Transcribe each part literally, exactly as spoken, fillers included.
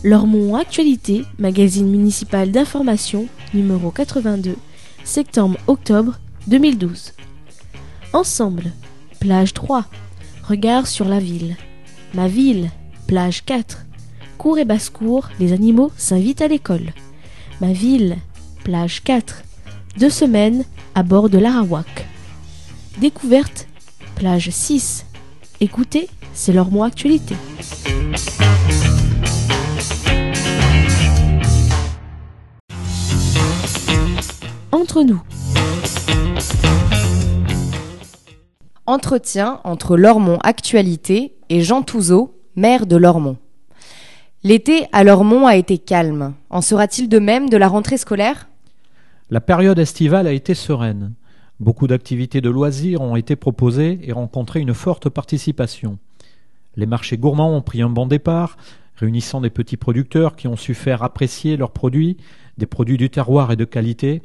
Lormont Actualité, magazine municipal d'information, numéro quatre-vingt-deux, septembre-octobre deux mille douze. Ensemble, plage trois, regard sur la ville. Ma ville, plage quatre, cours et basse-cour, les animaux s'invitent à l'école. Ma ville, plage quatre, deux semaines à bord de l'Arawak. Découverte, plage six. Écoutez, c'est Lormont Actualité. Entre nous. Entretien entre Lormont Actualité et Jean Touzeau, maire de Lormont. L'été à Lormont a été calme. En sera-t-il de même de la rentrée scolaire ? La période estivale a été sereine. Beaucoup d'activités de loisirs ont été proposées et rencontré une forte participation. Les marchés gourmands ont pris un bon départ, réunissant des petits producteurs qui ont su faire apprécier leurs produits, des produits du terroir et de qualité.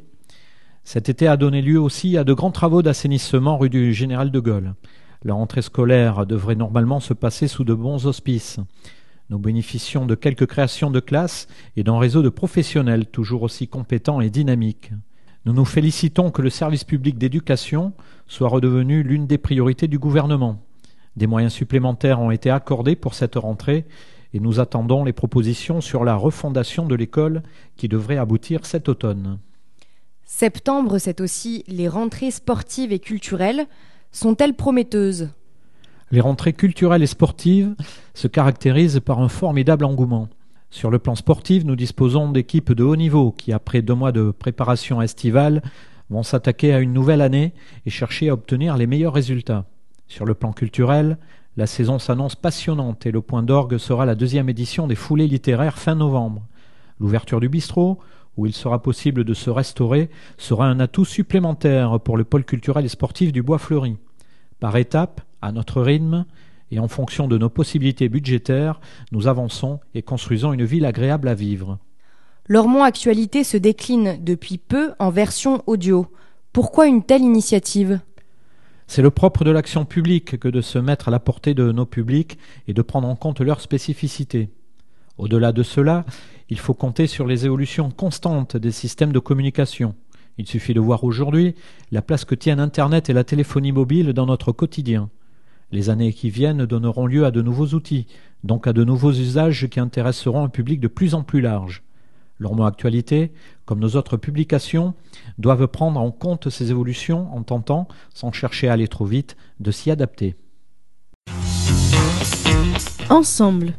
Cet été a donné lieu aussi à de grands travaux d'assainissement rue du Général de Gaulle. La rentrée scolaire devrait normalement se passer sous de bons auspices. Nous bénéficions de quelques créations de classes et d'un réseau de professionnels toujours aussi compétents et dynamiques. Nous nous félicitons que le service public d'éducation soit redevenu l'une des priorités du gouvernement. Des moyens supplémentaires ont été accordés pour cette rentrée et nous attendons les propositions sur la refondation de l'école qui devrait aboutir cet automne. Septembre, c'est aussi les rentrées sportives et culturelles. Sont-elles prometteuses ? Les rentrées culturelles et sportives se caractérisent par un formidable engouement. Sur le plan sportif, nous disposons d'équipes de haut niveau qui, après deux mois de préparation estivale, vont s'attaquer à une nouvelle année et chercher à obtenir les meilleurs résultats. Sur le plan culturel, la saison s'annonce passionnante et le point d'orgue sera la deuxième édition des foulées littéraires fin novembre. L'ouverture du bistrot, où il sera possible de se restaurer, sera un atout supplémentaire pour le pôle culturel et sportif du Bois-Fleuri. Par étapes, à notre rythme et en fonction de nos possibilités budgétaires, nous avançons et construisons une ville agréable à vivre. Lormont Actualité se décline depuis peu en version audio. Pourquoi une telle initiative ? C'est le propre de l'action publique que de se mettre à la portée de nos publics et de prendre en compte leurs spécificités. Au-delà de cela, il faut compter sur les évolutions constantes des systèmes de communication. Il suffit de voir aujourd'hui la place que tiennent Internet et la téléphonie mobile dans notre quotidien. Les années qui viennent donneront lieu à de nouveaux outils, donc à de nouveaux usages qui intéresseront un public de plus en plus large. Lormont Actualité, comme nos autres publications, doivent prendre en compte ces évolutions en tentant, sans chercher à aller trop vite, de s'y adapter. Ensemble.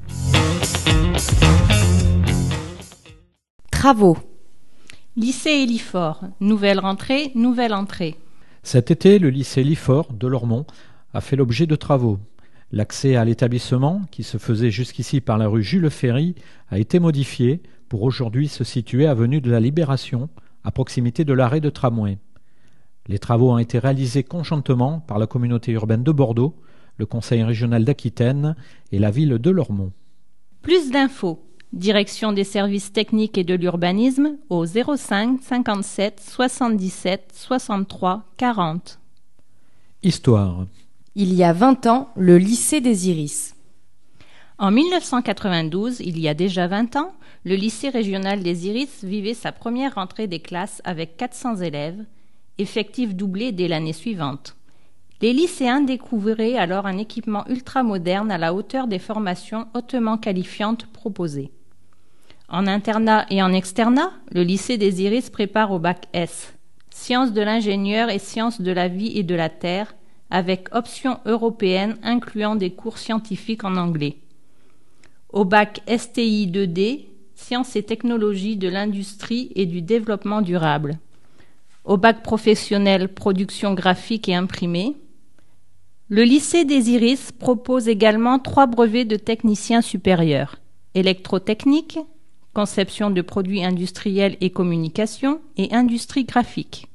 Travaux. Lycée Elifort, nouvelle rentrée, nouvelle entrée. Cet été, le lycée Elifort de Lormont a fait l'objet de travaux. L'accès à l'établissement, qui se faisait jusqu'ici par la rue Jules Ferry, a été modifié pour aujourd'hui se situer avenue de la Libération, à proximité de l'arrêt de tramway. Les travaux ont été réalisés conjointement par la communauté urbaine de Bordeaux, le conseil régional d'Aquitaine et la ville de Lormont. Plus d'infos. Direction des services techniques et de l'urbanisme au zéro cinq cinquante-sept soixante-dix-sept soixante-trois quarante. Histoire. Il y a vingt ans, le lycée des Iris. En mille neuf cent quatre-vingt-douze, il y a déjà vingt ans, le lycée régional des Iris vivait sa première rentrée des classes avec quatre cents élèves, effectif doublé dès l'année suivante. Les lycéens découvraient alors un équipement ultramoderne à la hauteur des formations hautement qualifiantes proposées. En internat et en externat, le lycée des Iris prépare au bac S, sciences de l'ingénieur et sciences de la vie et de la terre, avec options européennes incluant des cours scientifiques en anglais. Au bac S T I deux D, sciences et technologies de l'industrie et du développement durable. Au bac professionnel production graphique et imprimée. Le lycée des Iris propose également trois brevets de techniciens supérieurs: électrotechnique, conception de produits industriels et communication, et industrie graphique.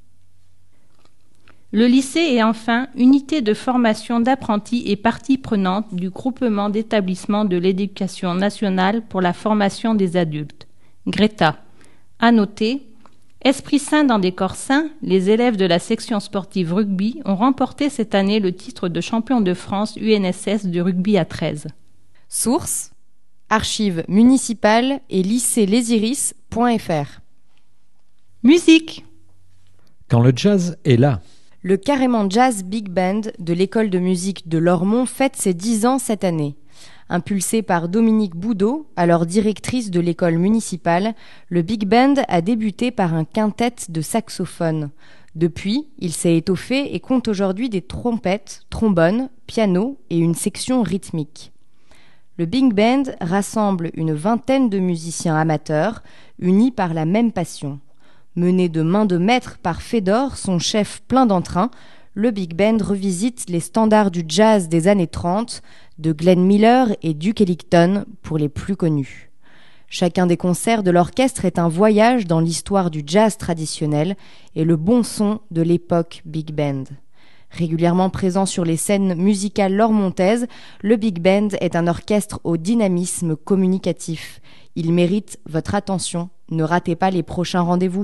Le lycée est enfin unité de formation d'apprentis et partie prenante du groupement d'établissements de l'éducation nationale pour la formation des adultes, GRETA. À noter, esprit sain dans des corps sains, les élèves de la section sportive rugby ont remporté cette année le titre de champion de France U N S S de rugby à treize. Source : Archives municipales et lycée les iris point f r. Musique. Quand le jazz est là. Le Carrément Jazz Big Band de l'école de musique de Lormont fête ses dix ans cette année. Impulsé par Dominique Boudot, alors directrice de l'école municipale, le Big Band a débuté par un quintet de saxophones. Depuis, il s'est étoffé et compte aujourd'hui des trompettes, trombones, pianos et une section rythmique. Le Big Band rassemble une vingtaine de musiciens amateurs, unis par la même passion. Mené de main de maître par Fedor, son chef plein d'entrain, le Big Band revisite les standards du jazz des années trente, de Glenn Miller et Duke Ellington pour les plus connus. Chacun des concerts de l'orchestre est un voyage dans l'histoire du jazz traditionnel et le bon son de l'époque Big Band. Régulièrement présent sur les scènes musicales lormontaises, le Big Band est un orchestre au dynamisme communicatif. Il mérite votre attention. Ne ratez pas les prochains rendez-vous.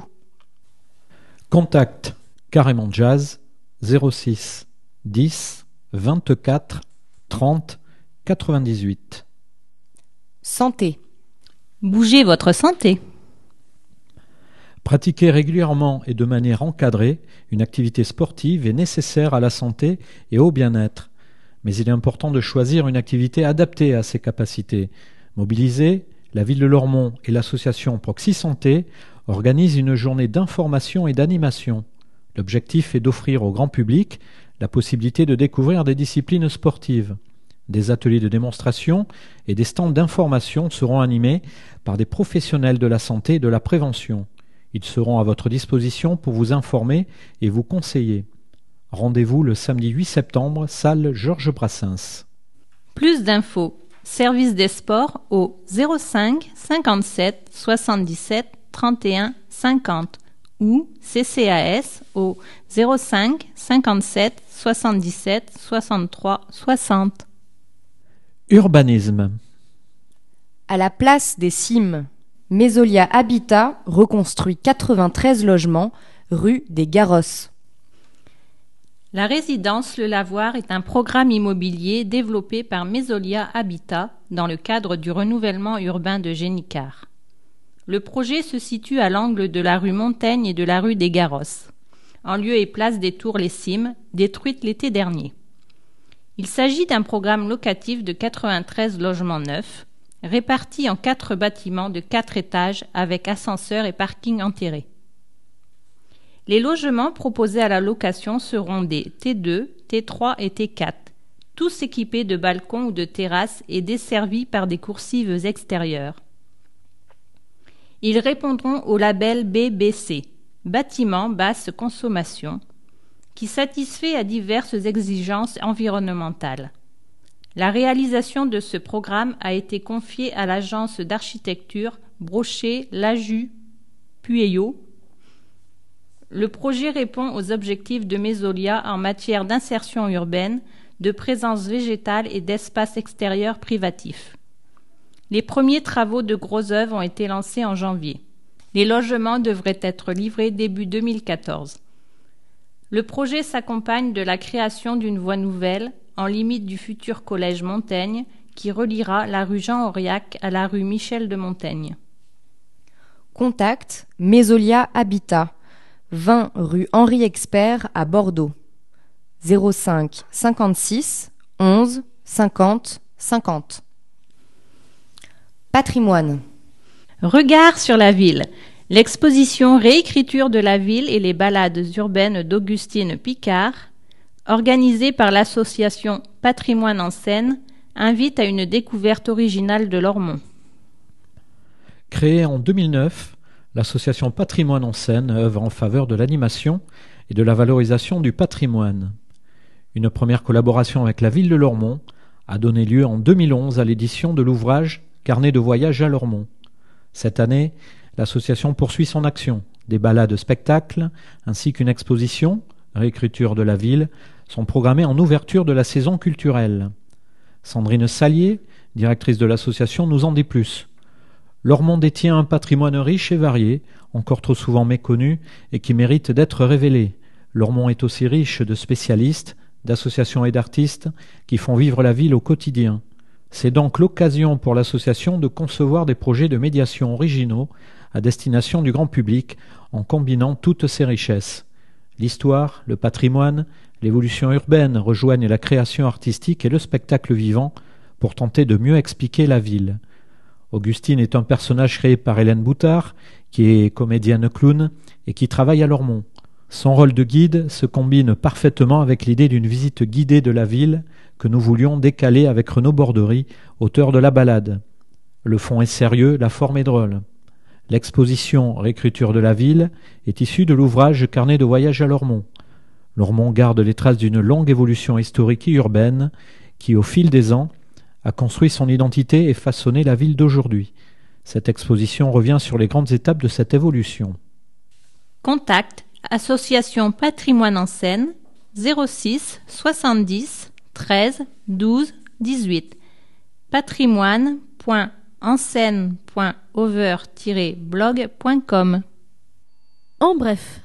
Contact Carrément Jazz zéro six dix vingt-quatre trente quatre-vingt-dix-huit. Santé. Bougez votre santé. Pratiquer régulièrement et de manière encadrée une activité sportive est nécessaire à la santé et au bien-être. Mais il est important de choisir une activité adaptée à ses capacités. Mobilisée, la ville de Lormont et l'association Proxy Santé organisent une journée d'information et d'animation. L'objectif est d'offrir au grand public la possibilité de découvrir des disciplines sportives. Des ateliers de démonstration et des stands d'information seront animés par des professionnels de la santé et de la prévention. Ils seront à votre disposition pour vous informer et vous conseiller. Rendez-vous le samedi huit septembre, salle Georges Brassens. Plus d'infos. Service des sports au zéro cinq cinquante-sept soixante-dix-sept trente et un cinquante ou C C A S au zéro cinq cinquante-sept soixante-dix-sept soixante-trois soixante. Urbanisme. À la place des cimes, Mésolia Habitat reconstruit quatre-vingt-treize logements rue des Garrosses. La résidence Le Lavoir est un programme immobilier développé par Mésolia Habitat dans le cadre du renouvellement urbain de Génicard. Le projet se situe à l'angle de la rue Montaigne et de la rue des Garrosses, en lieu et place des tours Les Cimes, détruites l'été dernier. Il s'agit d'un programme locatif de quatre-vingt-treize logements neufs, répartis en quatre bâtiments de quatre étages avec ascenseur et parking enterré. Les logements proposés à la location seront des T deux, T trois et T quatre, tous équipés de balcons ou de terrasses et desservis par des coursives extérieures. Ils répondront au label B B C, Bâtiment basse consommation, qui satisfait à diverses exigences environnementales. La réalisation de ce programme a été confiée à l'agence d'architecture Brochet, Laju, Pueyo. Le projet répond aux objectifs de Mésolia en matière d'insertion urbaine, de présence végétale et d'espace extérieur privatif. Les premiers travaux de gros œuvres ont été lancés en janvier. Les logements devraient être livrés début deux mille quatorze. Le projet s'accompagne de la création d'une voie nouvelle en limite du futur collège Montaigne qui reliera la rue Jean Auriac à la rue Michel de Montaigne. Contact Mésolia Habitat, vingt rue Henri Expert à Bordeaux. zéro cinq cinquante-six onze cinquante cinquante. Patrimoine. Regard sur la ville. L'exposition Réécriture de la ville et les balades urbaines d'Augustine Picard, organisée par l'association Patrimoine en Seine, invite à une découverte originale de Lormont. Créée en deux mille neuf, l'association Patrimoine en Seine œuvre en faveur de l'animation et de la valorisation du patrimoine. Une première collaboration avec la ville de Lormont a donné lieu en deux mille onze à l'édition de l'ouvrage Carnet de voyage à Lormont. Cette année, l'association poursuit son action. Des balades spectacles ainsi qu'une exposition, Réécriture de la ville, sont programmées en ouverture de la saison culturelle. Sandrine Salier, directrice de l'association, nous en dit plus. Lormont détient un patrimoine riche et varié, encore trop souvent méconnu et qui mérite d'être révélé. Lormont est aussi riche de spécialistes, d'associations et d'artistes qui font vivre la ville au quotidien. C'est donc l'occasion pour l'association de concevoir des projets de médiation originaux à destination du grand public en combinant toutes ces richesses. L'histoire, le patrimoine, l'évolution urbaine rejoignent la création artistique et le spectacle vivant pour tenter de mieux expliquer la ville. Augustine est un personnage créé par Hélène Boutard, qui est comédienne clown et qui travaille à Lormont. Son rôle de guide se combine parfaitement avec l'idée d'une visite guidée de la ville que nous voulions décaler avec Renaud Borderie, auteur de La Balade. Le fond est sérieux, la forme est drôle. L'exposition « Réécriture de la ville » est issue de l'ouvrage « Carnet de voyage à Lormont ». Lormont garde les traces d'une longue évolution historique et urbaine qui, au fil des ans, a construit son identité et façonné la ville d'aujourd'hui. Cette exposition revient sur les grandes étapes de cette évolution. Contact Association Patrimoine en Seine zéro six soixante-dix treize douze dix-huit patrimoine point enseigne point over tiret blog point com. En bref,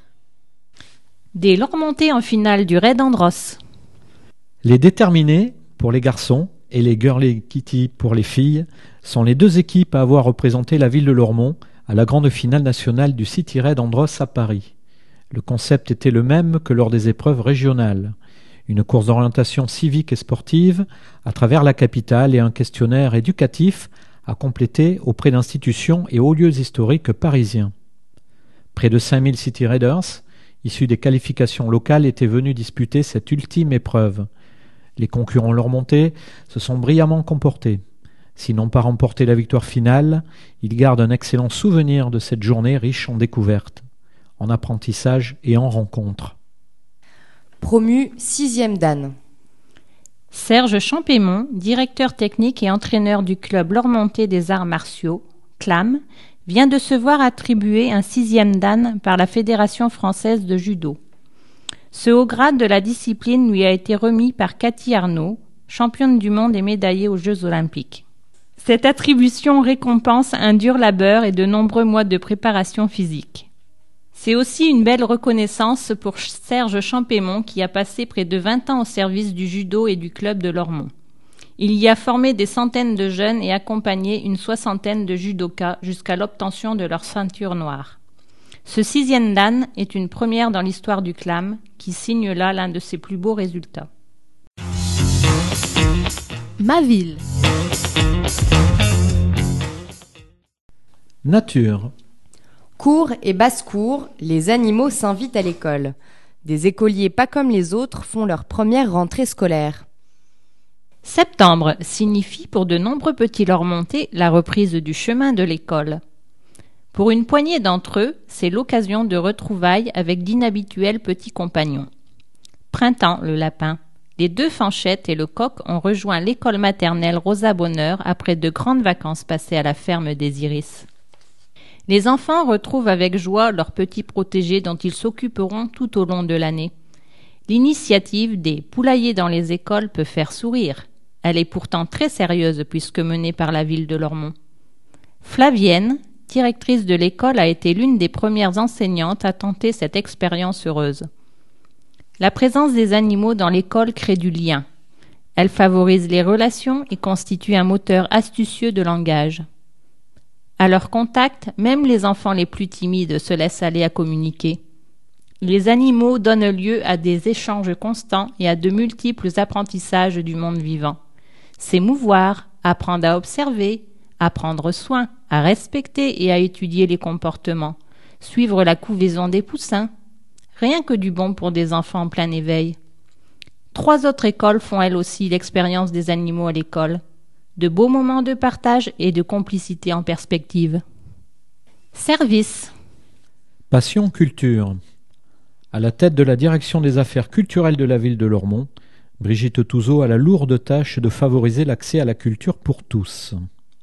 Des Lormontais en finale du Raid Andros. Les Déterminés, pour les garçons, et les Girly Kitty pour les filles, sont les deux équipes à avoir représenté la ville de Lormont à la grande finale nationale du City Raid Andros à Paris. Le concept était le même que lors des épreuves régionales. Une course d'orientation civique et sportive à travers la capitale et un questionnaire éducatif à compléter auprès d'institutions et hauts lieux historiques parisiens. Près de cinq mille City Raiders, issus des qualifications locales, étaient venus disputer cette ultime épreuve. Les concurrents lormontais se sont brillamment comportés. S'ils n'ont pas remporté la victoire finale, ils gardent un excellent souvenir de cette journée riche en découvertes, en apprentissage et en rencontres. Promu sixième Dan. Serge Champémont, directeur technique et entraîneur du club lormontais des arts martiaux, C L A M, vient de se voir attribuer un sixième Dan par la Fédération française de judo. Ce haut grade de la discipline lui a été remis par Cathy Arnaud, championne du monde et médaillée aux Jeux olympiques. Cette attribution récompense un dur labeur et de nombreux mois de préparation physique. C'est aussi une belle reconnaissance pour Serge Champémont qui a passé près de vingt ans au service du judo et du club de Lormont. Il y a formé des centaines de jeunes et accompagné une soixantaine de judokas jusqu'à l'obtention de leur ceinture noire. Ce sixième dan est une première dans l'histoire du C L A M qui signe là l'un de ses plus beaux résultats. ma ville. Nature. Cours et basse-cour, les animaux s'invitent à l'école. Des écoliers pas comme les autres font leur première rentrée scolaire. Septembre signifie pour de nombreux petits Lormontais la reprise du chemin de l'école. Pour une poignée d'entre eux, c'est l'occasion de retrouvailles avec d'inhabituels petits compagnons. Printemps, le lapin. Les deux Fanchettes et le coq ont rejoint l'école maternelle Rosa Bonheur après de grandes vacances passées à la ferme des Iris. Les enfants retrouvent avec joie leurs petits protégés dont ils s'occuperont tout au long de l'année. L'initiative des poulaillers dans les écoles peut faire sourire. Elle est pourtant très sérieuse puisque menée par la ville de Lormont. Flavienne, directrice de l'école, a été l'une des premières enseignantes à tenter cette expérience heureuse. La présence des animaux dans l'école crée du lien. Elle favorise les relations et constitue un moteur astucieux de langage. À leur contact, même les enfants les plus timides se laissent aller à communiquer. Les animaux donnent lieu à des échanges constants et à de multiples apprentissages du monde vivant. S'émouvoir, apprendre à observer, à prendre soin, à respecter et à étudier les comportements, suivre la couvaison des poussins. Rien que du bon pour des enfants en plein éveil. Trois autres écoles font elles aussi l'expérience des animaux à l'école. De beaux moments de partage et de complicité en perspective. Service. Passion culture. À la tête de la direction des affaires culturelles de la ville de Lormont, Brigitte Touzeau a la lourde tâche de favoriser l'accès à la culture pour tous.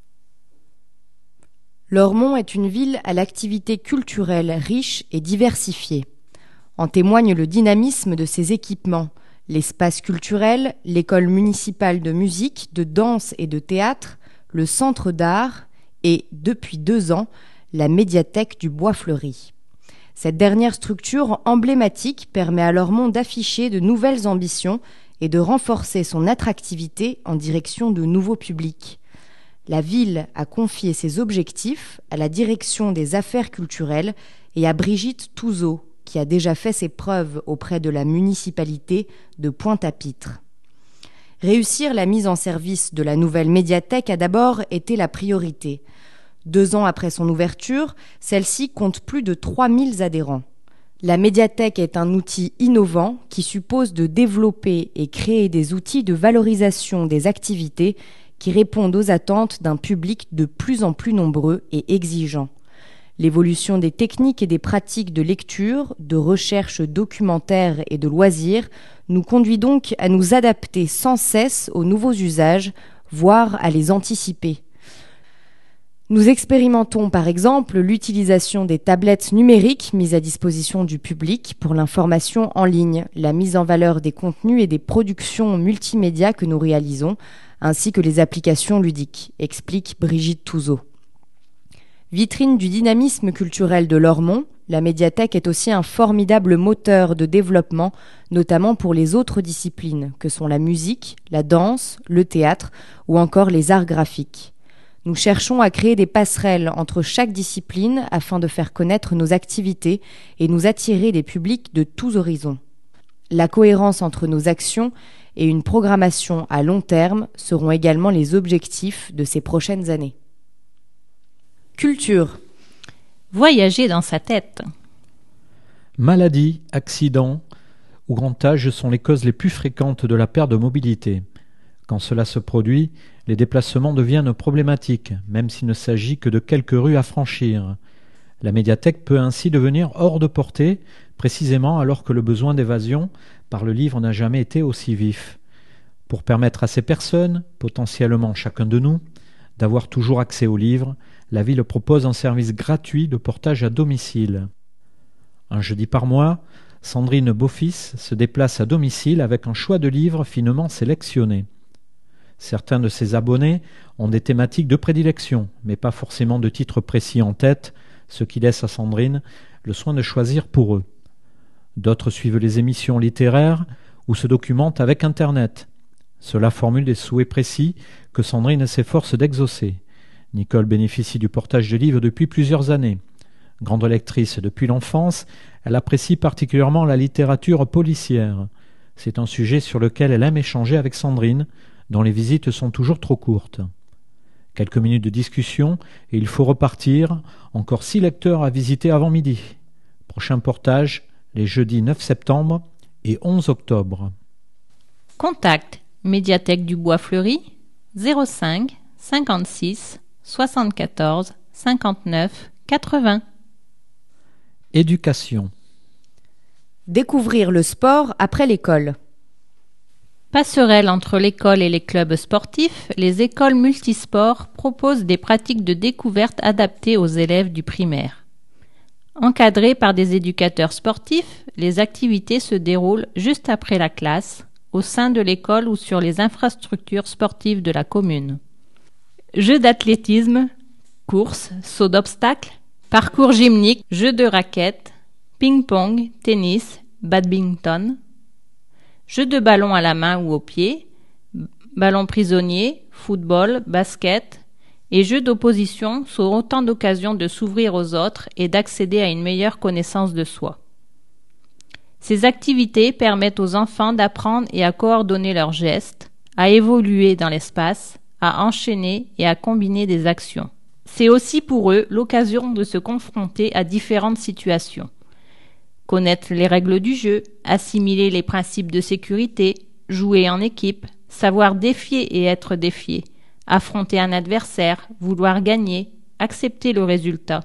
Lormont est une ville à l'activité culturelle riche et diversifiée. En témoigne le dynamisme de ses équipements, l'espace culturel, l'école municipale de musique, de danse et de théâtre, le centre d'art et, depuis deux ans, la médiathèque du Bois-Fleuri. Cette dernière structure emblématique permet à Lormont d'afficher de nouvelles ambitions et de renforcer son attractivité en direction de nouveaux publics. La ville a confié ses objectifs à la direction des affaires culturelles et à Brigitte Touzeau, qui a déjà fait ses preuves auprès de la municipalité de Pointe-à-Pitre. Réussir la mise en service de la nouvelle médiathèque a d'abord été la priorité. Deux ans après son ouverture, celle-ci compte plus de trois mille adhérents. La médiathèque est un outil innovant qui suppose de développer et créer des outils de valorisation des activités qui répondent aux attentes d'un public de plus en plus nombreux et exigeant. L'évolution des techniques et des pratiques de lecture, de recherche documentaire et de loisirs nous conduit donc à nous adapter sans cesse aux nouveaux usages, voire à les anticiper. Nous expérimentons par exemple l'utilisation des tablettes numériques mises à disposition du public pour l'information en ligne, la mise en valeur des contenus et des productions multimédia que nous réalisons, ainsi que les applications ludiques, explique Brigitte Touzeau. Vitrine du dynamisme culturel de Lormont, la médiathèque est aussi un formidable moteur de développement, notamment pour les autres disciplines, que sont la musique, la danse, le théâtre ou encore les arts graphiques. Nous cherchons à créer des passerelles entre chaque discipline afin de faire connaître nos activités et nous attirer des publics de tous horizons. La cohérence entre nos actions et une programmation à long terme seront également les objectifs de ces prochaines années. Culture. Voyager dans sa tête. Maladies, accidents ou grand âge sont les causes les plus fréquentes de la perte de mobilité. Quand cela se produit, les déplacements deviennent problématiques, même s'il ne s'agit que de quelques rues à franchir. La médiathèque peut ainsi devenir hors de portée, précisément alors que le besoin d'évasion par le livre n'a jamais été aussi vif. Pour permettre à ces personnes, potentiellement chacun de nous, d'avoir toujours accès aux livres, la ville propose un service gratuit de portage à domicile. Un jeudi par mois, Sandrine Beaufils se déplace à domicile avec un choix de livres finement sélectionnés. Certains de ses abonnés ont des thématiques de prédilection, mais pas forcément de titres précis en tête, ce qui laisse à Sandrine le soin de choisir pour eux. D'autres suivent les émissions littéraires ou se documentent avec Internet. Cela formule des souhaits précis que Sandrine s'efforce d'exaucer. Nicole bénéficie du portage de livres depuis plusieurs années. Grande lectrice depuis l'enfance, elle apprécie particulièrement la littérature policière. C'est un sujet sur lequel elle aime échanger avec Sandrine, dont les visites sont toujours trop courtes. Quelques minutes de discussion et il faut repartir, encore six lecteurs à visiter avant midi. Prochain portage, les jeudis neuf septembre et onze octobre. Contact Médiathèque du Bois Fleuri zéro cinq cinquante-six soixante-quatorze cinquante-neuf quatre-vingts. Éducation. Découvrir le sport après l'école. Passerelle entre l'école et les clubs sportifs, les écoles multisports proposent des pratiques de découverte adaptées aux élèves du primaire. Encadrées par des éducateurs sportifs, les activités se déroulent juste après la classe, au sein de l'école ou sur les infrastructures sportives de la commune. Jeux d'athlétisme, courses, sauts d'obstacles, parcours gymniques, jeux de raquettes, ping-pong, tennis, badminton, jeux de ballon à la main ou au pied, ballon prisonnier, football, basket et jeux d'opposition sont autant d'occasions de s'ouvrir aux autres et d'accéder à une meilleure connaissance de soi. Ces activités permettent aux enfants d'apprendre et à coordonner leurs gestes, à évoluer dans l'espace, à enchaîner et à combiner des actions. C'est aussi pour eux l'occasion de se confronter à différentes situations. Connaître les règles du jeu, assimiler les principes de sécurité, jouer en équipe, savoir défier et être défié, affronter un adversaire, vouloir gagner, accepter le résultat.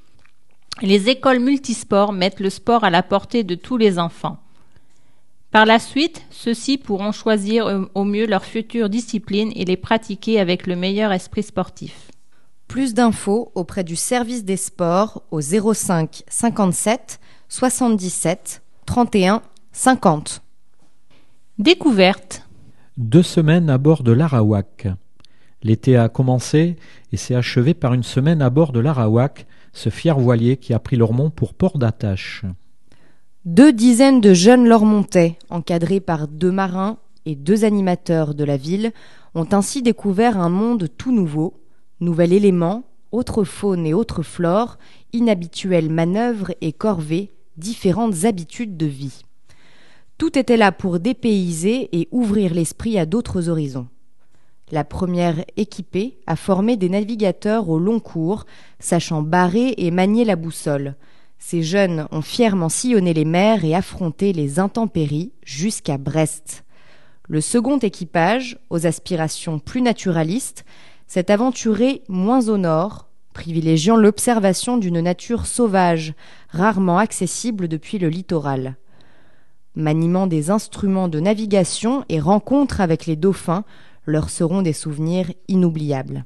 Les écoles multisports mettent le sport à la portée de tous les enfants. Par la suite, ceux-ci pourront choisir au mieux leur future discipline et les pratiquer avec le meilleur esprit sportif. Plus d'infos auprès du service des sports au zéro cinq cinquante-sept soixante-dix-sept trente et un cinquante. Découverte. Deux semaines à bord de l'Arawak. L'été a commencé et s'est achevé par une semaine à bord de l'Arawak, ce fier voilier qui a pris Lormont pour port d'attache. Deux dizaines de jeunes Lormontais, encadrés par deux marins et deux animateurs de la ville ont ainsi découvert un monde tout nouveau, nouvel élément, autre faune et autre flore, inhabituelles manœuvres et corvées, différentes habitudes de vie. Tout était là pour dépayser et ouvrir l'esprit à d'autres horizons. La première équipée a formé des navigateurs au long cours, sachant barrer et manier la boussole. Ces jeunes ont fièrement sillonné les mers et affronté les intempéries jusqu'à Brest. Le second équipage, aux aspirations plus naturalistes, s'est aventuré moins au nord, privilégiant l'observation d'une nature sauvage, rarement accessible depuis le littoral. Maniement des instruments de navigation et rencontres avec les dauphins leur seront des souvenirs inoubliables.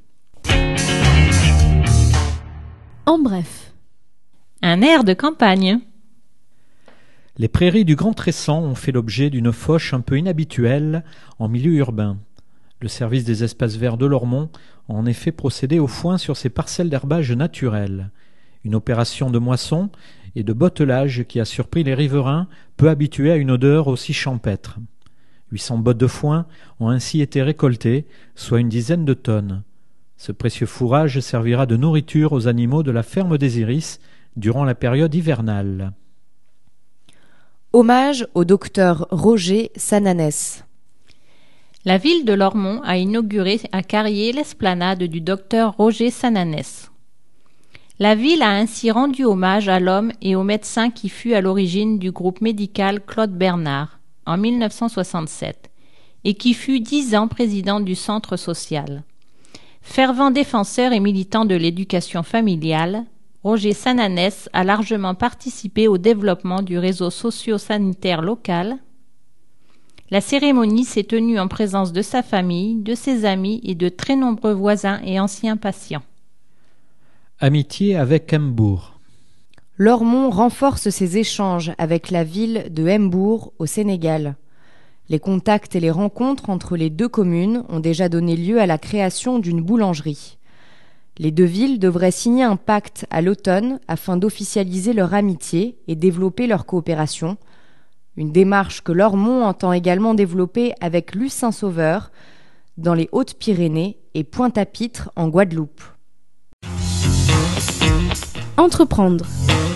En bref. Un air de campagne. Les prairies du Grand Tressan ont fait l'objet d'une fauche un peu inhabituelle en milieu urbain. Le service des espaces verts de Lormont a en effet procédé au foin sur ces parcelles d'herbage naturel. Une opération de moisson et de bottelage qui a surpris les riverains peu habitués à une odeur aussi champêtre. huit cents bottes de foin ont ainsi été récoltées, soit une dizaine de tonnes. Ce précieux fourrage servira de nourriture aux animaux de la ferme des Iris durant la période hivernale. Hommage au docteur Roger Sananès. La ville de Lormont a inauguré à Carrier l'esplanade du docteur Roger Sananès. La ville a ainsi rendu hommage à l'homme et au médecin qui fut à l'origine du groupe médical Claude Bernard en mille neuf cent soixante-sept et qui fut dix ans président du centre social. Fervent défenseur et militant de l'éducation familiale, Roger Sananès a largement participé au développement du réseau socio-sanitaire local. La cérémonie s'est tenue en présence de sa famille, de ses amis et de très nombreux voisins et anciens patients. Amitié avec Embourg. Lormont renforce ses échanges avec la ville de Embourg au Sénégal. Les contacts et les rencontres entre les deux communes ont déjà donné lieu à la création d'une boulangerie. Les deux villes devraient signer un pacte à l'automne afin d'officialiser leur amitié et développer leur coopération, une démarche que Lormont entend également développer avec Luce-Saint-Sauveur dans les Hautes-Pyrénées et Pointe-à-Pitre en Guadeloupe. Entreprendre.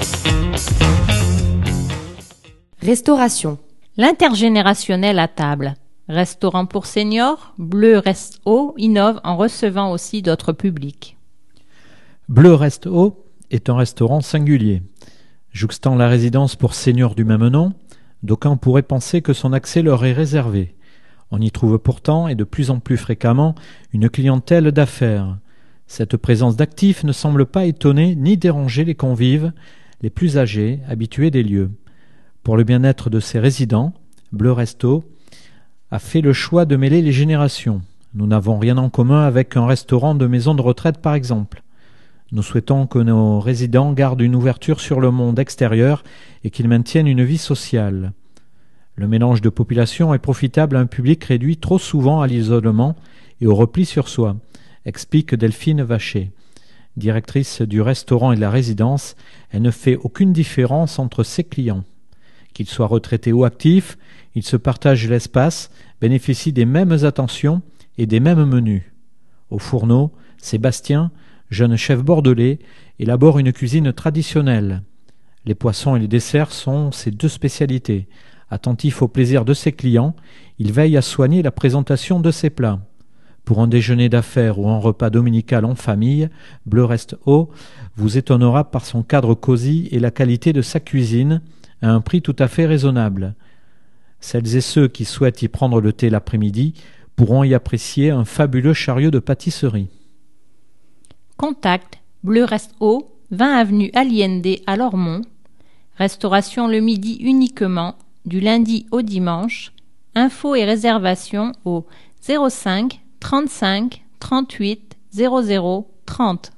Restauration. L'intergénérationnel à table. Restaurant pour seniors, Bleu Reste Haut innove en recevant aussi d'autres publics. Bleu Reste Haut est un restaurant singulier. Jouxtant la résidence pour seniors du même nom, d'aucuns pourraient penser que son accès leur est réservé. On y trouve pourtant, et de plus en plus fréquemment, une clientèle d'affaires. Cette présence d'actifs ne semble pas étonner ni déranger les convives, les plus âgés, habitués des lieux. Pour le bien-être de ses résidents, Bleu Resto a fait le choix de mêler les générations. Nous n'avons rien en commun avec un restaurant de maison de retraite par exemple. Nous souhaitons que nos résidents gardent une ouverture sur le monde extérieur et qu'ils maintiennent une vie sociale. Le mélange de population est profitable à un public réduit trop souvent à l'isolement et au repli sur soi, explique Delphine Vacher. Directrice du restaurant et de la résidence, elle ne fait aucune différence entre ses clients. Qu'ils soient retraités ou actifs, ils se partagent l'espace, bénéficient des mêmes attentions et des mêmes menus. Au fourneau, Sébastien, jeune chef bordelais, élabore une cuisine traditionnelle. Les poissons et les desserts sont ses deux spécialités. Attentif au plaisir de ses clients, il veille à soigner la présentation de ses plats. Pour un déjeuner d'affaires ou un repas dominical en famille, Bleu Reste Haut vous étonnera par son cadre cosy et la qualité de sa cuisine à un prix tout à fait raisonnable. Celles et ceux qui souhaitent y prendre le thé l'après-midi pourront y apprécier un fabuleux chariot de pâtisserie. Contact Bleu Reste Haut, vingt avenue Allende à Lormont. Restauration le midi uniquement, du lundi au dimanche. Infos et réservations au zéro cinq trente-cinq trente-huit zéro zéro trente.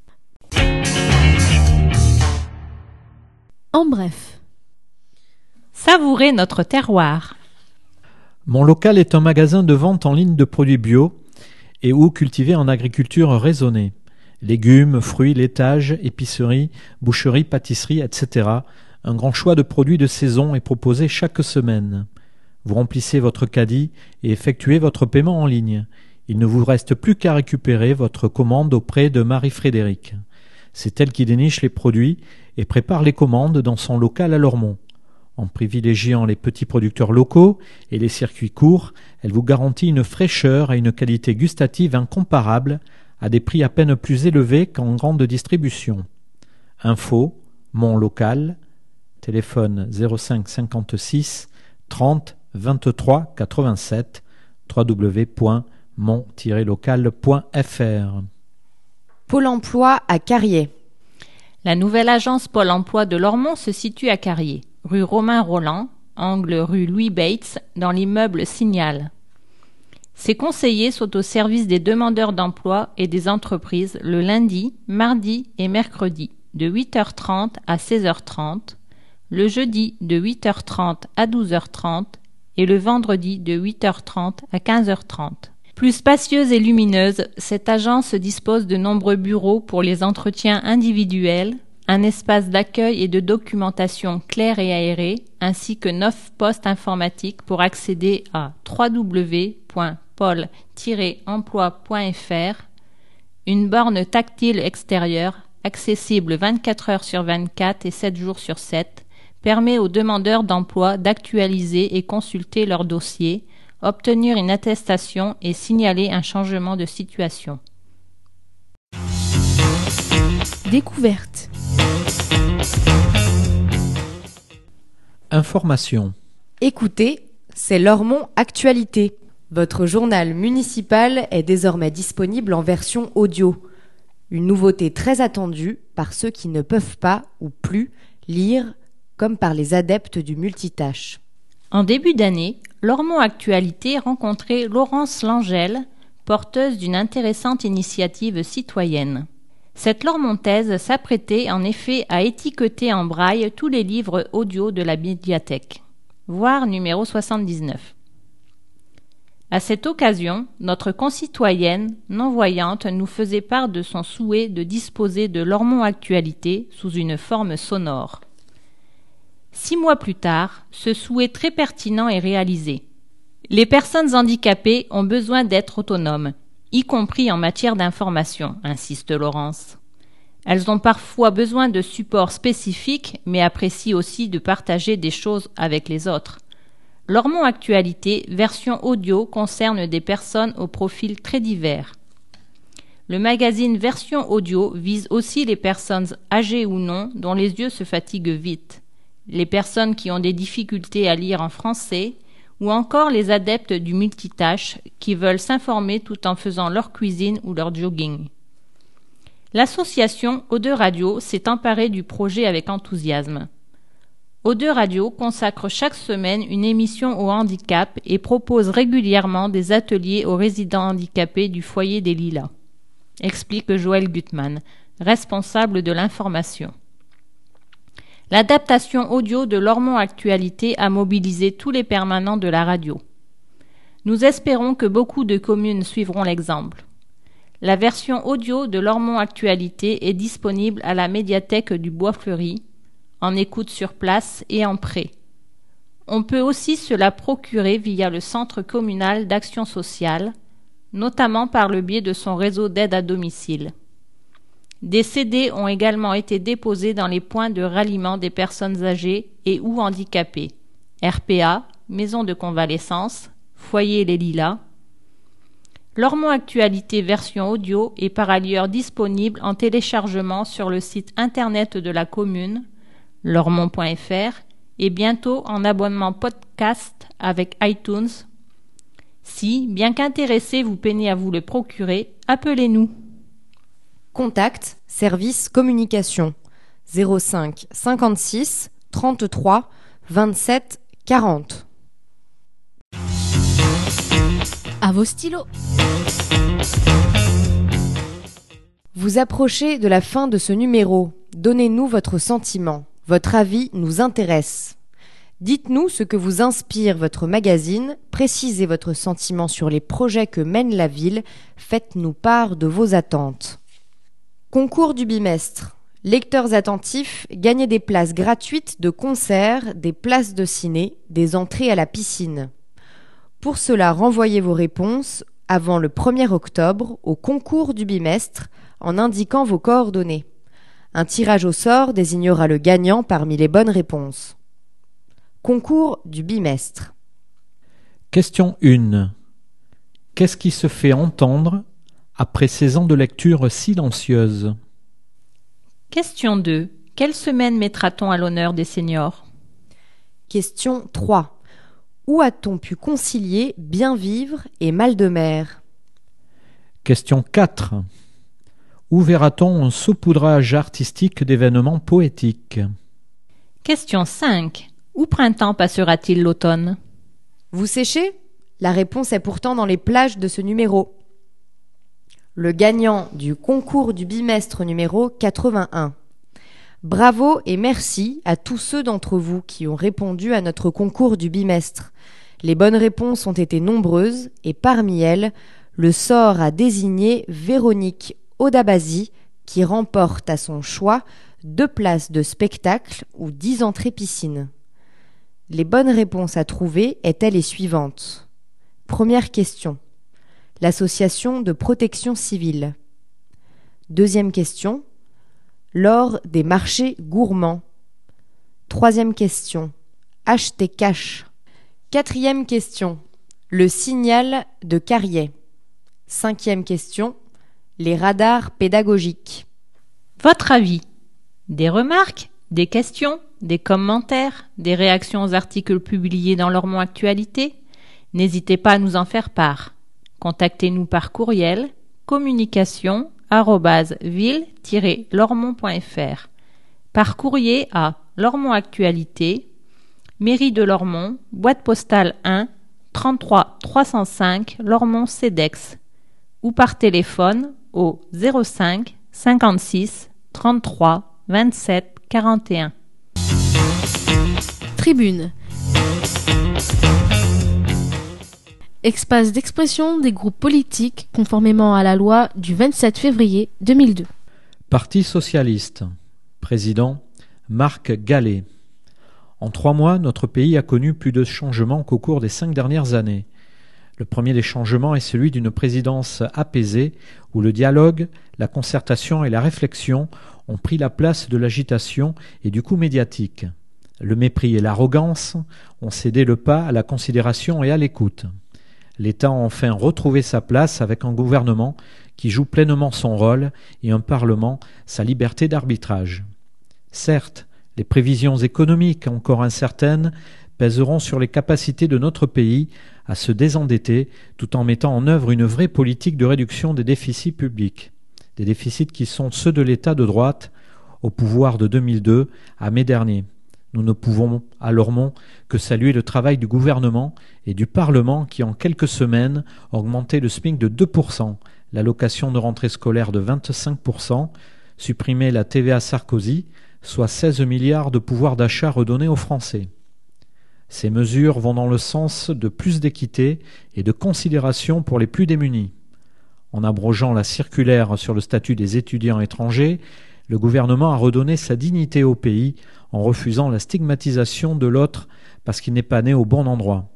En bref. Savourez notre terroir. Mon local est un magasin de vente en ligne de produits bio et ou cultivés en agriculture raisonnée. Légumes, fruits, laitages, épiceries, boucheries, pâtisseries, et cetera. Un grand choix de produits de saison est proposé chaque semaine. Vous remplissez votre caddie et effectuez votre paiement en ligne. Il ne vous reste plus qu'à récupérer votre commande auprès de Marie-Frédérique. C'est elle qui déniche les produits et prépare les commandes dans son local à Lormont. En privilégiant les petits producteurs locaux et les circuits courts, elle vous garantit une fraîcheur et une qualité gustative incomparables à des prix à peine plus élevés qu'en grande distribution. Info, mon local, téléphone zéro cinq cinquante-six trente vingt-trois quatre-vingt-sept, w w w point mon tiret local point f r. Pôle emploi à Carrier. La nouvelle agence Pôle emploi de Lormont se situe à Carrier, rue Romain Roland, angle rue Louis Bates, dans l'immeuble Signal. Ses conseillers sont au service des demandeurs d'emploi et des entreprises le lundi, mardi et mercredi de huit heures trente à seize heures trente, le jeudi de huit heures trente à douze heures trente et le vendredi de huit heures trente à quinze heures trente. Plus spacieuse et lumineuse, cette agence dispose de nombreux bureaux pour les entretiens individuels, un espace d'accueil et de documentation clair et aéré, ainsi que neuf postes informatiques pour accéder à w w w point pôle tiret emploi point f r, une borne tactile extérieure, accessible vingt-quatre heures sur vingt-quatre et sept jours sur sept, permet aux demandeurs d'emploi d'actualiser et consulter leur dossier, obtenir une attestation et signaler un changement de situation. Découverte. Information. Écoutez, c'est Lormont Actualité. Votre journal municipal est désormais disponible en version audio. Une nouveauté très attendue par ceux qui ne peuvent pas ou plus lire, comme par les adeptes du multitâche. En début d'année, Lormont Actualité rencontrait Laurence Langel, porteuse d'une intéressante initiative citoyenne. Cette Lormontaise s'apprêtait en effet à étiqueter en braille tous les livres audio de la médiathèque, voir numéro soixante-dix-neuf. À cette occasion, notre concitoyenne non-voyante nous faisait part de son souhait de disposer de Lormont Actualité sous une forme sonore. Six mois plus tard, ce souhait très pertinent est réalisé. Les personnes handicapées ont besoin d'être autonomes, y compris en matière d'information, insiste Laurence. Elles ont parfois besoin de supports spécifiques, mais apprécient aussi de partager des choses avec les autres. Lormont Actualité, version audio, concerne des personnes au profil très divers. Le magazine version audio vise aussi les personnes âgées ou non dont les yeux se fatiguent vite, les personnes qui ont des difficultés à lire en français, ou encore les adeptes du multitâche qui veulent s'informer tout en faisant leur cuisine ou leur jogging. L'association O deux Radio s'est emparée du projet avec enthousiasme. O deux Radio consacre chaque semaine une émission au handicap et propose régulièrement des ateliers aux résidents handicapés du foyer des Lilas, explique Joël Gutmann, responsable de l'information. L'adaptation audio de Lormont Actualité a mobilisé tous les permanents de la radio. Nous espérons que beaucoup de communes suivront l'exemple. La version audio de Lormont Actualité est disponible à la médiathèque du Bois-Fleuri, en écoute sur place et en prêt. On peut aussi se la procurer via le Centre communal d'action sociale, notamment par le biais de son réseau d'aide à domicile. Des C D ont également été déposés dans les points de ralliement des personnes âgées et ou handicapées, R P A, Maison de convalescence, Foyer les Lilas. Lormont Actualité version audio est par ailleurs disponible en téléchargement sur le site internet de la commune, lormont point f r, et bientôt en abonnement podcast avec iTunes. Si, bien qu'intéressé, vous peinez à vous le procurer, appelez-nous. Contact, service communication, zéro cinq cinquante-six trente-trois vingt-sept quarante. À vos stylos. Vous approchez de la fin de ce numéro. Donnez-nous votre sentiment. Votre avis nous intéresse. Dites-nous ce que vous inspire votre magazine, précisez votre sentiment sur les projets que mène la ville, faites-nous part de vos attentes. Concours du bimestre. Lecteurs attentifs, gagnez des places gratuites de concert, des places de ciné, des entrées à la piscine. Pour cela, renvoyez vos réponses avant le premier octobre au concours du bimestre en indiquant vos coordonnées. Un tirage au sort désignera le gagnant parmi les bonnes réponses. Concours du bimestre. Question un. Qu'est-ce qui se fait entendre après ces ans de lecture silencieuse? Question deux. Quelle semaine mettra-t-on à l'honneur des seniors? Question trois. Où a-t-on pu concilier bien vivre et mal de mer? Question quatre. Où verra-t-on un saupoudrage artistique d'événements poétiques? Question cinq. Où printemps passera-t-il l'automne? Vous séchez? La réponse est pourtant dans les plages de ce numéro. Le gagnant du concours du bimestre numéro quatre-vingt-un. Bravo et merci à tous ceux d'entre vous qui ont répondu à notre concours du bimestre. Les bonnes réponses ont été nombreuses et parmi elles, le sort a désigné Véronique Audabasi qui remporte à son choix deux places de spectacle ou dix entrées piscine. Les bonnes réponses à trouver étaient les suivantes. Première question. L'association de protection civile. Deuxième question. Lors des marchés gourmands. Troisième question. Acheter cash. Quatrième question. Le signal de Carrier. Cinquième question. Les radars pédagogiques. Votre avis? Des remarques? Des questions? Des commentaires? Des réactions aux articles publiés dans Lormont Actualité? N'hésitez pas à nous en faire part. Contactez-nous par courriel communication arobase ville tiret lormont point f r, par courrier à Lormont Actualité, Mairie de Lormont, boîte postale un, trente-trois trois cent cinq, Lormont Cedex, ou par téléphone au zéro cinq cinquante-six trente-trois vingt-sept quarante et un. Tribune. Espace d'expression des groupes politiques conformément à la loi du vingt-sept février deux mille deux. Parti socialiste. Président Marc Gallet. En trois mois, notre pays a connu plus de changements qu'au cours des cinq dernières années. Le premier des changements est celui d'une présidence apaisée où le dialogue, la concertation et la réflexion ont pris la place de l'agitation et du coup médiatique. Le mépris et l'arrogance ont cédé le pas à la considération et à l'écoute. L'État a enfin retrouvé sa place avec un gouvernement qui joue pleinement son rôle et un Parlement sa liberté d'arbitrage. Certes, les prévisions économiques encore incertaines pèseront sur les capacités de notre pays à se désendetter tout en mettant en œuvre une vraie politique de réduction des déficits publics. Des déficits qui sont ceux de l'État de droite au pouvoir de deux mille deux à mai dernier. Nous ne pouvons à Lormont que saluer le travail du gouvernement et du Parlement qui, en quelques semaines, a augmenté le SMIC de deux pour cent, l'allocation de rentrée scolaire de vingt-cinq pour cent, supprimé la T V A Sarkozy, soit seize milliards de pouvoir d'achat redonnés aux Français. Ces mesures vont dans le sens de plus d'équité et de considération pour les plus démunis. En abrogeant la circulaire sur le statut des étudiants étrangers, le gouvernement a redonné sa dignité au pays en refusant la stigmatisation de l'autre parce qu'il n'est pas né au bon endroit.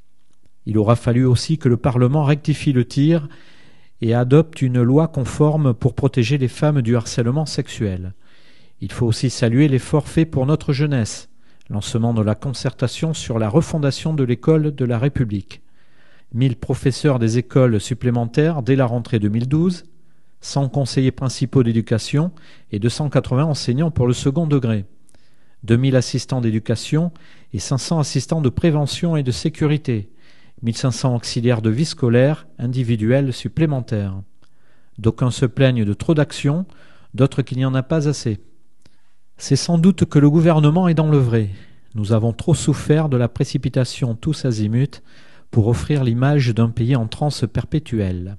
Il aura fallu aussi que le Parlement rectifie le tir et adopte une loi conforme pour protéger les femmes du harcèlement sexuel. Il faut aussi saluer l'effort fait pour notre jeunesse, lancement de la concertation sur la refondation de l'école de la République. mille professeurs des écoles supplémentaires dès la rentrée deux mille douze, cent conseillers principaux d'éducation et deux cent quatre-vingts enseignants pour le second degré, deux mille assistants d'éducation et cinq cents assistants de prévention et de sécurité, mille cinq cents auxiliaires de vie scolaire individuels supplémentaires. D'aucuns se plaignent de trop d'actions, d'autres qu'il n'y en a pas assez. C'est sans doute que le gouvernement est dans le vrai. Nous avons trop souffert de la précipitation tous azimuts pour offrir l'image d'un pays en transe perpétuelle.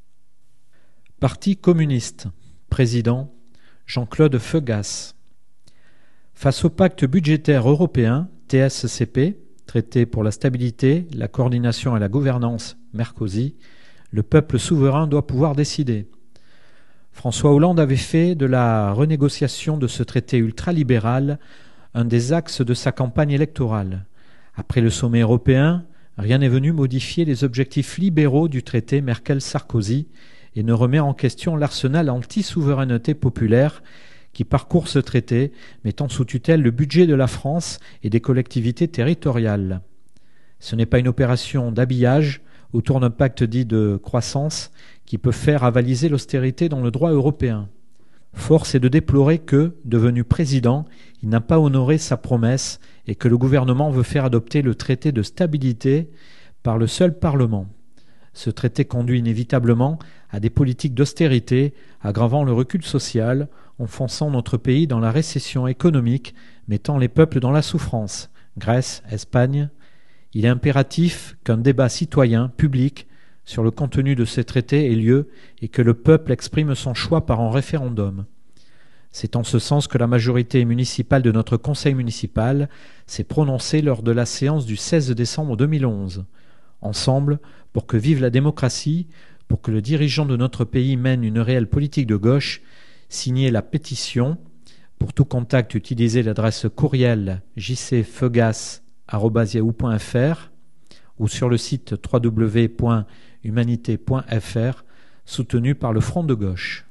Parti communiste. Président Jean-Claude Feugas. Face au pacte budgétaire européen, T S C P, Traité pour la stabilité, la coordination et la gouvernance, Mercosi, le peuple souverain doit pouvoir décider. François Hollande avait fait de la renégociation de ce traité ultralibéral un des axes de sa campagne électorale. Après le sommet européen, rien n'est venu modifier les objectifs libéraux du traité Merkel-Sarkozy et ne remet en question l'arsenal anti-souveraineté populaire qui parcourt ce traité, mettant sous tutelle le budget de la France et des collectivités territoriales. Ce n'est pas une opération d'habillage autour d'un pacte dit de croissance qui peut faire avaliser l'austérité dans le droit européen. Force est de déplorer que, devenu président, il n'a pas honoré sa promesse et que le gouvernement veut faire adopter le traité de stabilité par le seul Parlement. Ce traité conduit inévitablement à des politiques d'austérité, aggravant le recul social, enfonçant notre pays dans la récession économique, mettant les peuples dans la souffrance. Grèce, Espagne. Il est impératif qu'un débat citoyen, public, sur le contenu de ces traités ait lieu et que le peuple exprime son choix par un référendum. C'est en ce sens que la majorité municipale de notre conseil municipal s'est prononcée lors de la séance du seize décembre deux mille onze. Ensemble, pour que vive la démocratie, pour que le dirigeant de notre pays mène une réelle politique de gauche, signez la pétition. Pour tout contact, utilisez l'adresse courriel j c feugas arobase yahoo point f r ou sur le site w w w point humanité point f r, soutenu par le Front de gauche.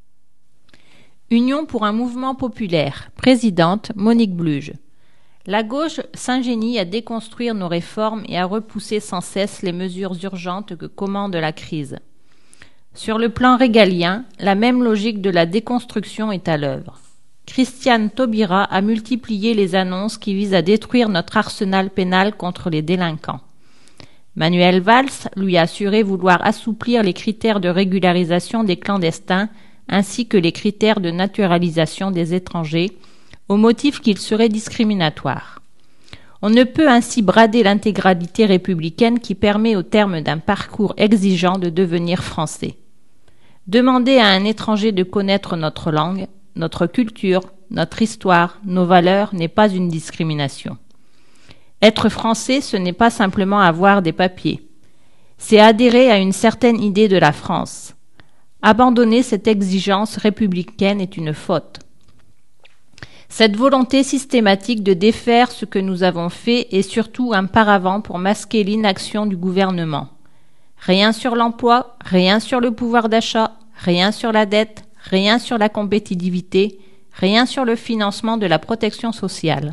Union pour un mouvement populaire. Présidente Monique Bluge. La gauche s'ingénie à déconstruire nos réformes et à repousser sans cesse les mesures urgentes que commande la crise. Sur le plan régalien, la même logique de la déconstruction est à l'œuvre. Christiane Taubira a multiplié les annonces qui visent à détruire notre arsenal pénal contre les délinquants. Manuel Valls lui a assuré vouloir assouplir les critères de régularisation des clandestins ainsi que les critères de naturalisation des étrangers, au motif qu'ils seraient discriminatoires. On ne peut ainsi brader l'intégralité républicaine qui permet au terme d'un parcours exigeant de devenir français. Demander à un étranger de connaître notre langue, notre culture, notre histoire, nos valeurs n'est pas une discrimination. Être français, ce n'est pas simplement avoir des papiers. C'est adhérer à une certaine idée de la France. Abandonner cette exigence républicaine est une faute. Cette volonté systématique de défaire ce que nous avons fait est surtout un paravent pour masquer l'inaction du gouvernement. Rien sur l'emploi, rien sur le pouvoir d'achat, rien sur la dette, rien sur la compétitivité, rien sur le financement de la protection sociale.